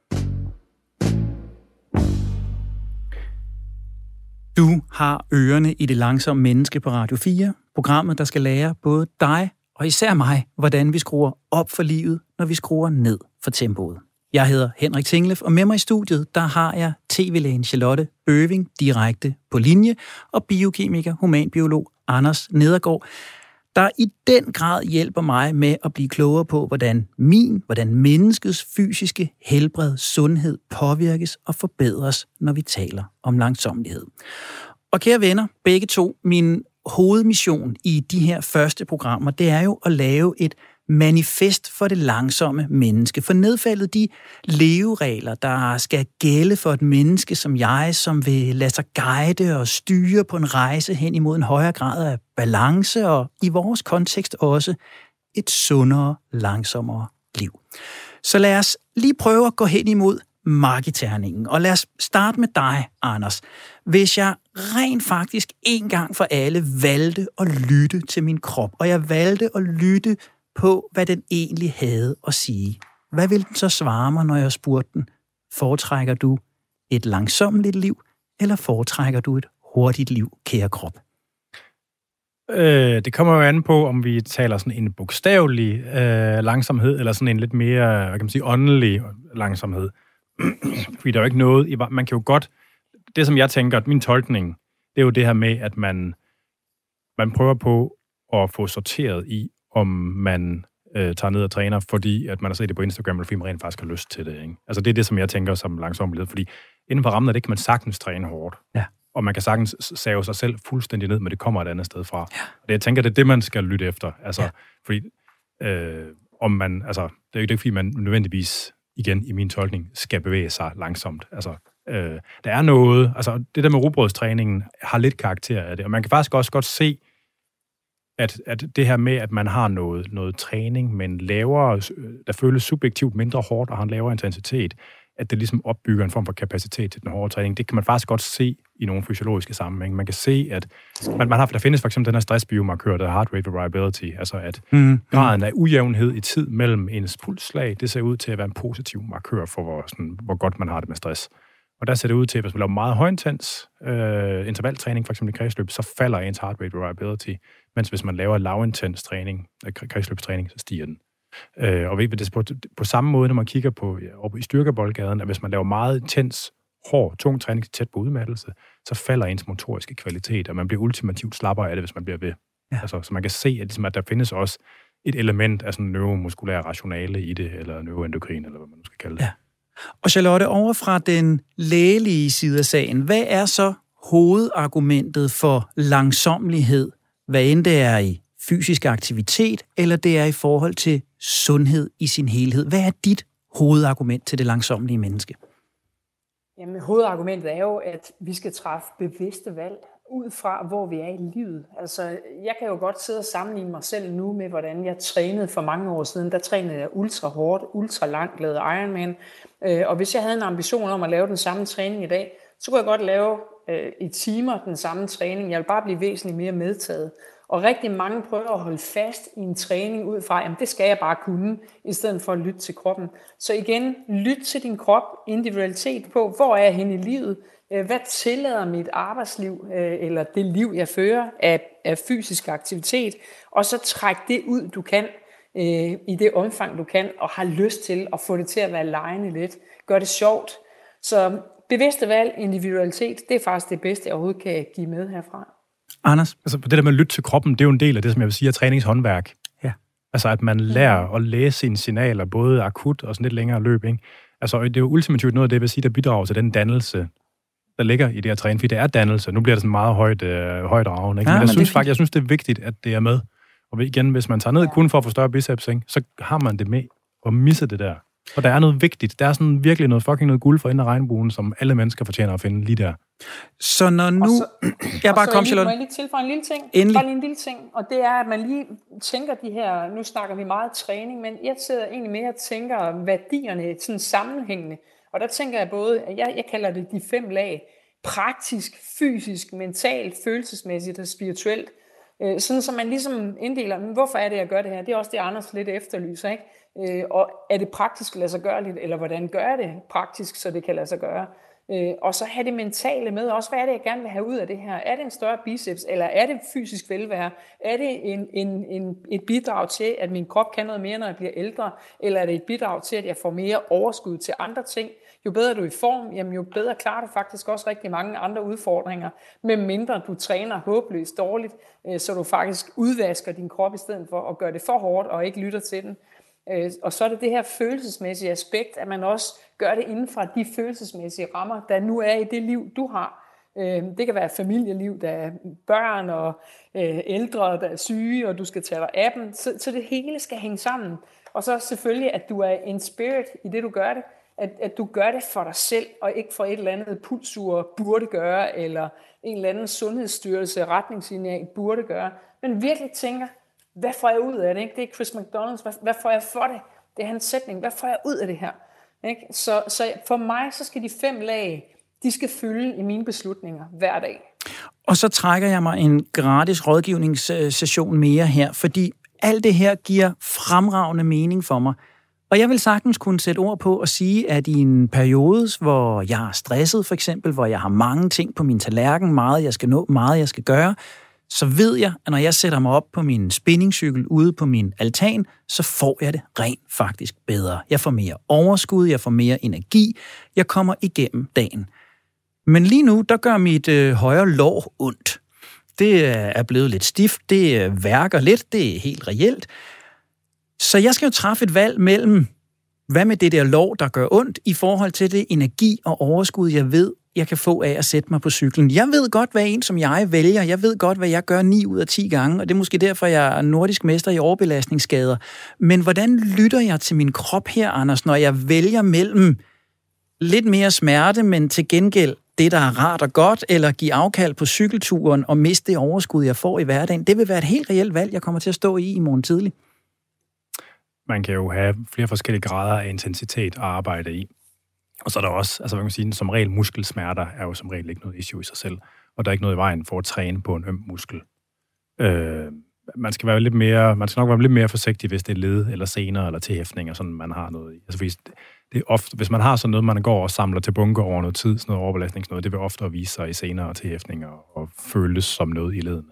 Du har ørerne i det langsomme menneske på Radio 4, programmet, der skal lære både dig og især mig, hvordan vi skruer op for livet, når vi skruer ned for tempoet. Jeg hedder Henrik Tinglef, og med mig i studiet, der har jeg tv-lægen Charlotte Øving direkte på linje, og biokemiker, humanbiolog Anders Nedergaard, der i den grad hjælper mig med at blive klogere på, hvordan menneskets fysiske helbred, sundhed påvirkes og forbedres, når vi taler om langsommelighed. Og kære venner, begge to, min hovedmission i de her første programmer, det er jo at lave et manifest for det langsomme menneske. For nedfældet de leveregler, der skal gælde for et menneske som jeg, som vil lade sig guide og styre på en rejse hen imod en højere grad af balance, og i vores kontekst også et sundere, langsommere liv. Så lad os lige prøve at gå hen imod marketerningen. Og lad os starte med dig, Anders. Hvis jeg rent faktisk en gang for alle valgte at lytte til min krop, og jeg valgte at lytte på, hvad den egentlig havde at sige, hvad ville den så svare mig, når jeg spurgte den? Foretrækker du et langsommeligt liv, eller foretrækker du et hurtigt liv, kære krop? Det kommer jo an på, om vi taler sådan en bogstavelig langsomhed, eller sådan en lidt mere, hvad kan man sige, åndelig langsomhed. Fordi der er jo ikke noget, man kan jo godt, det som jeg tænker, min tolkning, det er jo det her med, at man prøver på at få sorteret i, om man tager ned og træner, fordi at man har set det på Instagram, eller fordi man rent faktisk har lyst til det. Ikke? Altså det er det, som jeg tænker som langsommelighed, fordi inden for rammen af det kan man sagtens træne hårdt. Ja. Og man kan sagtens save sig selv fuldstændig ned, men det kommer et andet sted fra. Ja. Og det, jeg tænker, det er det, man skal lytte efter. Altså, ja. Fordi om man, altså, det er jo ikke, fordi man nødvendigvis, igen i min tolkning, skal bevæge sig langsomt. Altså, der er noget, altså det der med rugbrødstræningen har lidt karakter af det, og man kan faktisk også godt se, at det her med, at man har noget træning, men lavere, der føles subjektivt mindre hårdt og har en lavere intensitet, at det ligesom opbygger en form for kapacitet til den hårde træning. Det kan man faktisk godt se i nogle fysiologiske sammenhæng. Man kan se, at der findes for eksempel den her stressbiomarkør, der er heart rate variability, altså at graden af ujævnhed i tid mellem ens pulsslag, det ser ud til at være en positiv markør for, hvor godt man har det med stress. Og der ser det ud til, at hvis man laver meget højintens intervaltræning, for eksempel i kredsløb, så falder ens heart rate variability, mens hvis man laver lavintens træning, kredsløbstræning, så stiger den. Og ved det på samme måde, når man kigger på i styrkeboldgaden, at hvis man laver meget intens, hård, tung træning tæt på udmattelse, så falder ens motoriske kvalitet, og man bliver ultimativt slappere af det, hvis man bliver ved. Ja. Altså, så man kan se, at der findes også et element af sådan neuromuskulær rationale i det, eller neuroendokrin, eller hvad man nu skal kalde det. Ja. Og Charlotte, over fra den lægelige side af sagen, hvad er så hovedargumentet for langsommelighed, hvad end det er i fysisk aktivitet, eller det er i forhold til sundhed i sin helhed? Hvad er dit hovedargument til det langsommelige menneske? Jamen, hovedargumentet er jo, at vi skal træffe bevidste valg ud fra, hvor vi er i livet. Altså, jeg kan jo godt sidde og sammenligne mig selv nu med, hvordan jeg trænede for mange år siden. Der trænede jeg ultra hårdt, ultra langt, lavede Ironman. Og hvis jeg havde en ambition om at lave den samme træning i dag, så kunne jeg godt lave i timer den samme træning. Jeg vil bare blive væsentligt mere medtaget. Og rigtig mange prøver at holde fast i en træning ud fra, jamen det skal jeg bare kunne, i stedet for at lytte til kroppen. Så igen, lyt til din krop, individualitet på, hvor er jeg henne i livet, hvad tillader mit arbejdsliv, eller det liv, jeg fører, af fysisk aktivitet, og så træk det ud, du kan, i det omfang, du kan, og har lyst til at få det til at være legende lidt. Gør det sjovt. Så bevidste valg, individualitet, det er faktisk det bedste, jeg overhovedet kan give med herfra. Anders? Altså, det der med at lytte til kroppen, det er jo en del af det, som jeg vil sige, er træningshåndværk. Ja. Altså, at man lærer at læse sine signaler, både akut og sådan lidt længere løb, ikke? Altså, det er jo ultimativt noget af det, jeg vil sige, der bidrager til den dannelse, der ligger i det her træning, fordi det er dannelse. Nu bliver det sådan meget højt ravende, ikke? Men jeg synes, det er vigtigt, at det er med. Og igen, hvis man tager ned kun for at få større biceps, ikke, så har man det med at misse det der. Og der er noget vigtigt. Der er sådan virkelig noget guld for enden af regnbuen, som alle mennesker fortjener at finde lige der. Så når nu... Jeg bare kom, Charlotte. Må jeg lige tilføje en lille ting? Endelig. Bare lige en lille ting. Og det er, at man lige tænker de her... Nu snakker vi meget træning, men jeg sidder egentlig mere og tænker værdierne sådan sammenhængende. Og der tænker jeg både... Jeg kalder det de 5 lag. Praktisk, fysisk, mentalt, følelsesmæssigt og spirituelt. Sådan så man ligesom inddeler, hvorfor er det, jeg gør det her? Det er også det, Anders lidt efterlyser, ikke? Og er det praktisk lade sig gøre lidt, eller hvordan gør jeg det praktisk, så det kan lade sig gøre? Og så have det mentale med også. Hvad er det, jeg gerne vil have ud af det her? Er det en større biceps, eller er det fysisk velvære? Er det et bidrag til, at min krop kan noget mere, når jeg bliver ældre? Eller er det et bidrag til, at jeg får mere overskud til andre ting? Jo bedre du er i form, jamen jo bedre klarer du faktisk også rigtig mange andre udfordringer, med mindre du træner håbløst dårligt, så du faktisk udvasker din krop i stedet for at gøre det for hårdt og ikke lytter til den. Og så er det her følelsesmæssige aspekt, at man også gør det inden for de følelsesmæssige rammer, der nu er i det liv, du har. Det kan være familieliv, der er børn og ældre, der er syge, og du skal tage dig af dem. Så det hele skal hænge sammen. Og så selvfølgelig, at du er in spirit i det, du gør det. At du gør det for dig selv, og ikke for et eller andet pulsur burde gøre, eller en eller anden sundhedsstyrelse retningslinje burde gøre. Men virkelig tænker, hvad får jeg ud af det? Ikke? Det er Chris McDonald's. Hvad får jeg for det? Det er hans sætning. Hvad får jeg ud af det her? Ikke? Så for mig, så skal de 5 lag, de skal fylde i mine beslutninger hver dag. Og så trækker jeg mig en gratis rådgivningssession mere her, fordi alt det her giver fremragende mening for mig. Og jeg vil sagtens kunne sætte ord på og sige, at i en periode, hvor jeg er stresset for eksempel, hvor jeg har mange ting på min tallerken, meget jeg skal nå, meget jeg skal gøre, så ved jeg, at når jeg sætter mig op på min spinningcykel ude på min altan, så får jeg det rent faktisk bedre. Jeg får mere overskud, jeg får mere energi, jeg kommer igennem dagen. Men lige nu, der gør mit højre lår ondt. Det er blevet lidt stift, det værker lidt, det er helt reelt. Så jeg skal jo træffe et valg mellem, hvad med det der lår, der gør ondt, i forhold til det energi og overskud, jeg ved, jeg kan få af at sætte mig på cyklen. Jeg ved godt, hvad en som jeg vælger. Jeg ved godt, hvad jeg gør 9 ud af 10 gange, og det er måske derfor, jeg er nordisk mester i overbelastningsskader. Men hvordan lytter jeg til min krop her, Anders, når jeg vælger mellem lidt mere smerte, men til gengæld det, der er rart og godt, eller give afkald på cykelturen og miste det overskud, jeg får i hverdagen? Det vil være et helt reelt valg, jeg kommer til at stå i morgen tidlig. Man kan jo have flere forskellige grader af intensitet at arbejde i. Og så er der også, altså man kan sige, som regel muskelsmerter er jo som regel ikke noget issue i sig selv, og der er ikke noget i vejen for at træne på en øm muskel. Man skal nok være lidt mere forsigtig, hvis det er led eller sener eller tilhæftninger, sådan man har noget i. Altså det er ofte, hvis man har sådan noget, man går og samler til bunker over noget tid, sådan noget overbelastning, sådan noget, det vil ofte vise sig i sener og tilhæftninger og føles som noget i ledene.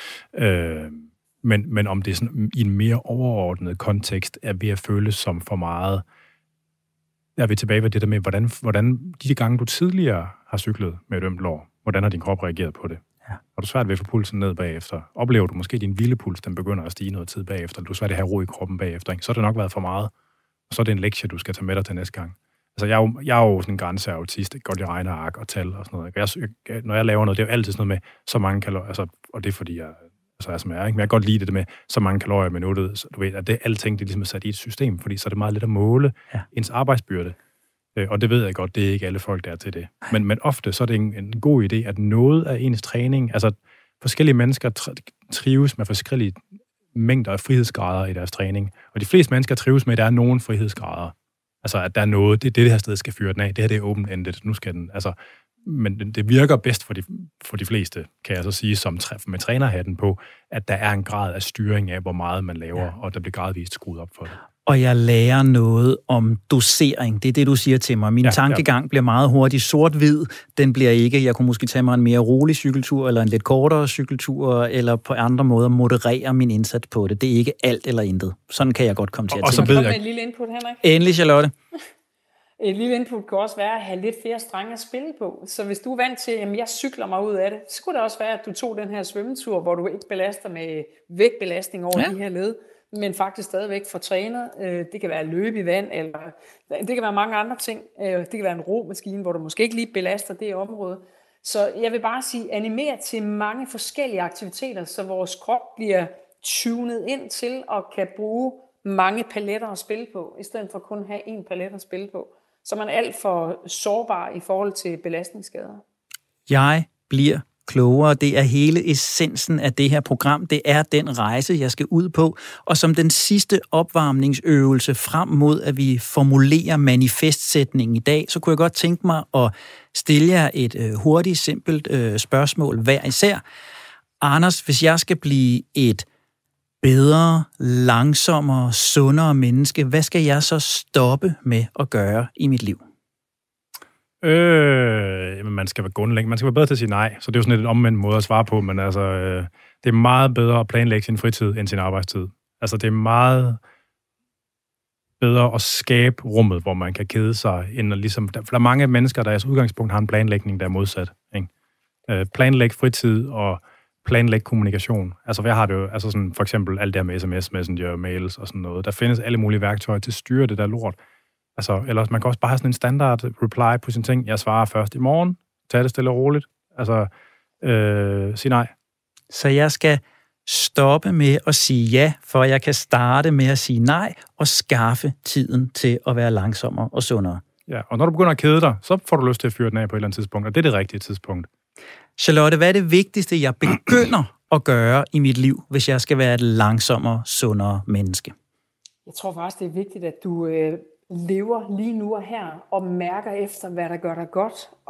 Men om det er sådan, i en mere overordnet kontekst er ved at føles som for meget. Jeg vil tilbage ved det der med, hvordan de gange, du tidligere har cyklet med et ømt lår, hvordan har din krop reageret på det? Ja. Har du svært ved at få pulsen ned bagefter? Oplever du måske din hvilepuls, den begynder at stige noget tid bagefter, eller du er svært ved at have ro i kroppen bagefter, ikke? Så har det nok været for meget, og så er det en lektie, du skal tage med dig til næste gang. Altså, jeg er jo sådan en grænseautist, godt jeg regner ark og tal og sådan noget. Når jeg laver noget, det er jo altid sådan noget med så mange kalorier, altså, og det er fordi, jeg er som jeg er, ikke? Men jeg kan godt lide det med så mange kalorier i minuttet, så du ved, at alting det er ligesom sat i et system, fordi så er det meget let at måle ens arbejdsbyrde. Og det ved jeg godt, det er ikke alle folk, der er til det. Men ofte så er det en god idé, at noget af ens træning, altså forskellige mennesker trives med forskellige mængder af frihedsgrader i deres træning. Og de fleste mennesker trives med, at der er nogen frihedsgrader. Altså, at der er noget, det her sted skal fyre den af, det her det er open-ended, nu skal den, altså, men det virker bedst for de fleste, kan jeg så sige, som med trænerhatten på, at der er en grad af styring af, hvor meget man laver, og der bliver gradvist skruet op for det. Og jeg lærer noget om dosering. Det er det, du siger til mig. Min tankegang bliver meget hurtigt sort-hvid. Den bliver ikke. Jeg kunne måske tage mig en mere rolig cykeltur, eller en lidt kortere cykeltur, eller på andre måder moderere min indsats på det. Det er ikke alt eller intet. Sådan kan jeg godt komme til at tænke. Og så ved jeg... et lille input, Henrik. Endelig, Charlotte. Et lille input kan også være at have lidt flere strenge at spille på. Så hvis du er vant til, at jeg cykler mig ud af det, så kunne det også være, at du tog den her svømmetur, hvor du ikke belaster med vægtbelastning over de her led, men faktisk stadigvæk får trænet. Det kan være løb i vand, eller det kan være mange andre ting. Det kan være en romaskine, hvor du måske ikke lige belaster det område. Så jeg vil bare sige, animere til mange forskellige aktiviteter, så vores krop bliver tunet ind til og kan bruge mange paletter at spille på, i stedet for kun at have én palet at spille på. Så man er alt for sårbar i forhold til belastningsskader. Jeg bliver klogere. Det er hele essensen af det her program. Det er den rejse, jeg skal ud på. Og som den sidste opvarmningsøvelse frem mod, at vi formulerer manifestsætningen i dag, så kunne jeg godt tænke mig at stille jer et hurtigt, simpelt spørgsmål hver især. Anders, hvis jeg skal blive et bedre, langsommere, sundere menneske, hvad skal jeg så stoppe med at gøre i mit liv? Man skal være grundlæggende. Man skal være bedre til at sige nej, så det er jo sådan et omvendt måde at svare på, men altså, det er meget bedre at planlægge sin fritid end sin arbejdstid. Altså, det er meget bedre at skabe rummet, hvor man kan kede sig, end at ligesom, der er mange mennesker, der i udgangspunkt har en planlægning, der er modsat. Ikke? Planlæg fritid og planlæg kommunikation. Altså, hvad har det jo? Altså sådan, for eksempel alt det her med sms, messenger, mails og sådan noget. Der findes alle mulige værktøjer til at styre det der lort. Altså, eller man kan også bare have sådan en standard reply på sine ting. Jeg svarer først i morgen. Tag det stille og roligt. Altså, sig nej. Så jeg skal stoppe med at sige ja, for jeg kan starte med at sige nej og skaffe tiden til at være langsommere og sundere. Ja, og når du begynder at kede dig, så får du lyst til at fyre den af på et eller andet tidspunkt, og det er det rigtige tidspunkt. Charlotte, hvad er det vigtigste, jeg begynder at gøre i mit liv, hvis jeg skal være et langsommere, sundere menneske? Jeg tror faktisk, det er vigtigt, at du lever lige nu og her og mærker efter, hvad der gør dig godt, og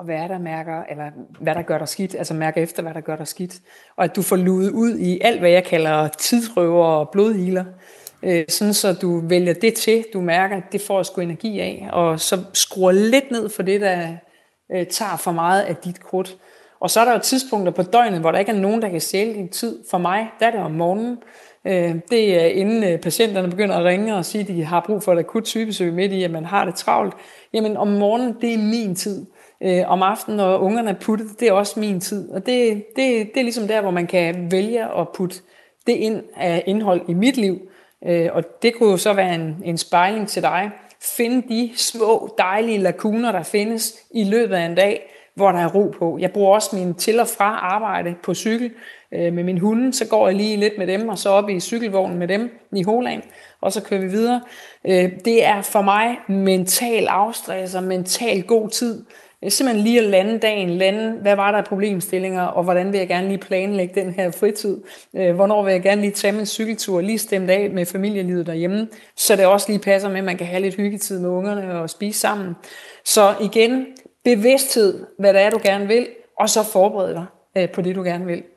hvad der gør dig skidt. Altså mærker efter, hvad der gør dig skidt. Og at du får luet ud i alt, hvad jeg kalder tidsrøver og blodhealer. Sådan så du vælger det til, du mærker, at det får sgu energi af. Og så skruer lidt ned for det, der tager for meget af dit krudt. Og så er der jo tidspunkter på døgnet, hvor der ikke er nogen, der kan stjæle din tid. For mig, der er det om morgenen. Det er inden patienterne begynder at ringe og sige, at de har brug for et akut sygebesøg midt i, at man har det travlt. Jamen om morgenen, det er min tid. Om aftenen, når ungerne er puttet, det er også min tid. Og det er ligesom der, hvor man kan vælge at putte det ind af indhold i mit liv. Og det kunne jo så være en spejling til dig. Find de små, dejlige lakuner, der findes i løbet af en dag, hvor der er ro på. Jeg bruger også min til og fra arbejde på cykel med min hunde. Så går jeg lige lidt med dem, og så op i cykelvognen med dem i Holland, og så kører vi videre. Det er for mig mental afstress og mental god tid. Simpelthen lige at lande dagen, hvad var der af problemstillinger, og hvordan vil jeg gerne lige planlægge den her fritid. Hvornår vil jeg gerne lige tage min cykeltur, lige stemt af med familielivet derhjemme, så det også lige passer med, at man kan have lidt hyggetid med ungerne og spise sammen. Så igen, bevidsthed, hvad det er, du gerne vil, og så forbered dig på det, du gerne vil.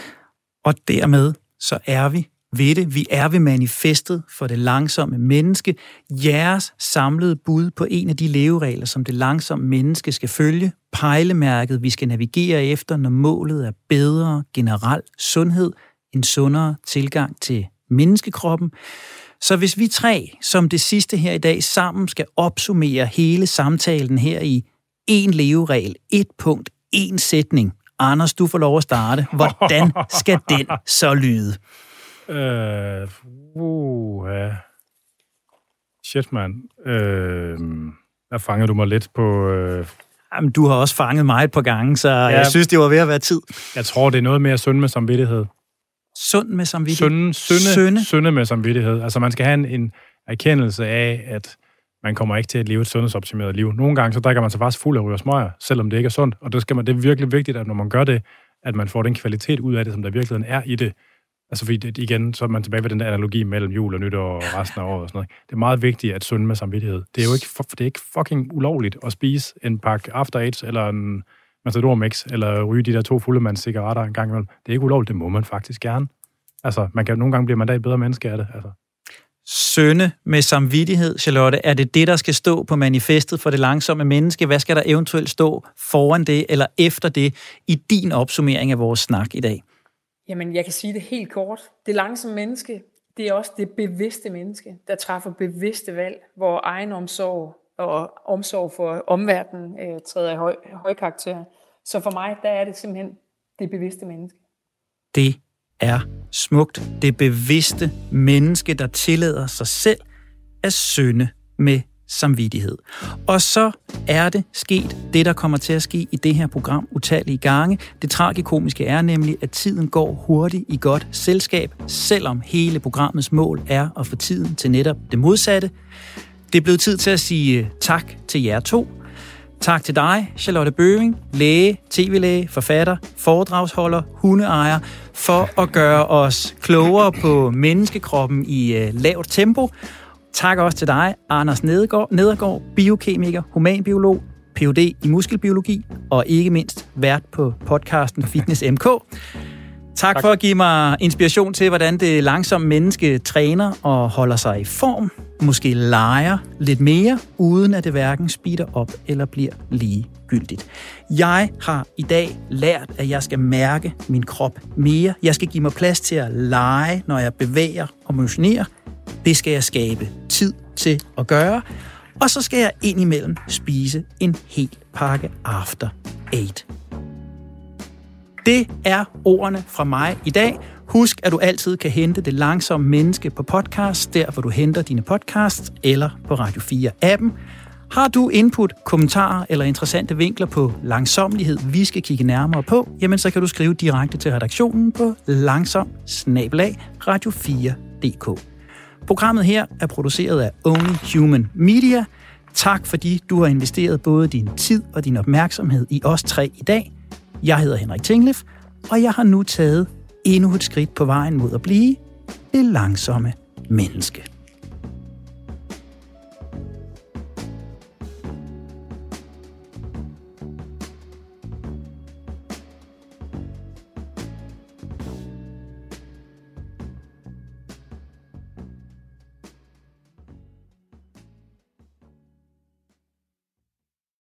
Og dermed så er vi ved det. Vi er ved manifestet for det langsomme menneske. Jeres samlede bud på en af de leveregler, som det langsomme menneske skal følge. Pejlemærket, vi skal navigere efter, når målet er bedre generel sundhed, en sundere tilgang til menneskekroppen. Så hvis vi tre, som det sidste her i dag, sammen skal opsummere hele samtalen her i en leveregel, et punkt, en sætning. Anders, du får lov at starte. Hvordan skal den så lyde? Shit, mand. Der fanger du mig lidt på... Jamen, du har også fanget mig et par gange, så ja, jeg synes, det var ved at være tid. Jeg tror, det er noget mere sund med samvittighed. Sund med samvittighed? Synde med samvittighed. Altså, man skal have en erkendelse af, at man kommer ikke til at leve et sundhedsoptimeret liv. Nogle gange, så drikker man sig faktisk fuld af ryger smøger, selvom det ikke er sundt. Og det er virkelig vigtigt, at når man gør det, at man får den kvalitet ud af det, som der virkeligheden er i det. Altså, fordi det, igen, så er man tilbage ved den der analogi mellem jul og nytår og resten af året og sådan noget. Det er meget vigtigt at synde med samvittighed. Det er jo ikke, det er ikke fucking ulovligt at spise en pakke After Eight eller en Matador Mix, eller ryge de der 2 fuldemands cigaretter en gang imellem. Det er ikke ulovligt, det må man faktisk gerne. Altså, nogle gange bliver man da et bedre menneske af det. Altså. Synde med samvittighed, Charlotte, er det der skal stå på manifestet for det langsomme menneske? Hvad skal der eventuelt stå foran det eller efter det i din opsummering af vores snak i dag? Jamen, jeg kan sige det helt kort. Det langsomme menneske, det er også det bevidste menneske, der træffer bevidste valg, hvor egen omsorg og omsorg for omverdenen træder i høj karakter. Så for mig, der er det simpelthen det bevidste menneske. Det er smukt. Det bevidste menneske, der tillader sig selv at synde med samvittighed. Og så er det sket det, der kommer til at ske i det her program utallige gange. Det tragikomiske er nemlig, at tiden går hurtigt i godt selskab, selvom hele programmets mål er at få tiden til netop det modsatte. Det er blevet tid til at sige tak til jer to. Tak til dig, Charlotte Bøving, læge, tv-læge, forfatter, foredragsholder, hundeejer, for at gøre os klogere på menneskekroppen i lavt tempo. Tak også til dig, Anders Nedergaard, biokemiker, humanbiolog, Ph.D. i muskelbiologi og ikke mindst vært på podcasten Fitness MK. Tak for at give mig inspiration til, hvordan det langsomme menneske træner og holder sig i form. Måske leger lidt mere, uden at det hverken speeder op eller bliver ligegyldigt. Jeg har i dag lært, at jeg skal mærke min krop mere. Jeg skal give mig plads til at lege, når jeg bevæger og motionerer. Det skal jeg skabe tid til at gøre. Og så skal jeg indimellem spise en hel pakke After 8. Det er ordene fra mig i dag. Husk, at du altid kan hente Det Langsomme Menneske på podcast, der hvor du henter dine podcasts, eller på Radio 4-appen. Har du input, kommentarer eller interessante vinkler på langsommelighed, vi skal kigge nærmere på, jamen så kan du skrive direkte til redaktionen på langsom@radio4.dk. Programmet her er produceret af Only Human Media. Tak fordi du har investeret både din tid og din opmærksomhed i os tre i dag. Jeg hedder Henrik Tinglef, og jeg har nu taget endnu et skridt på vejen mod at blive det langsomme menneske.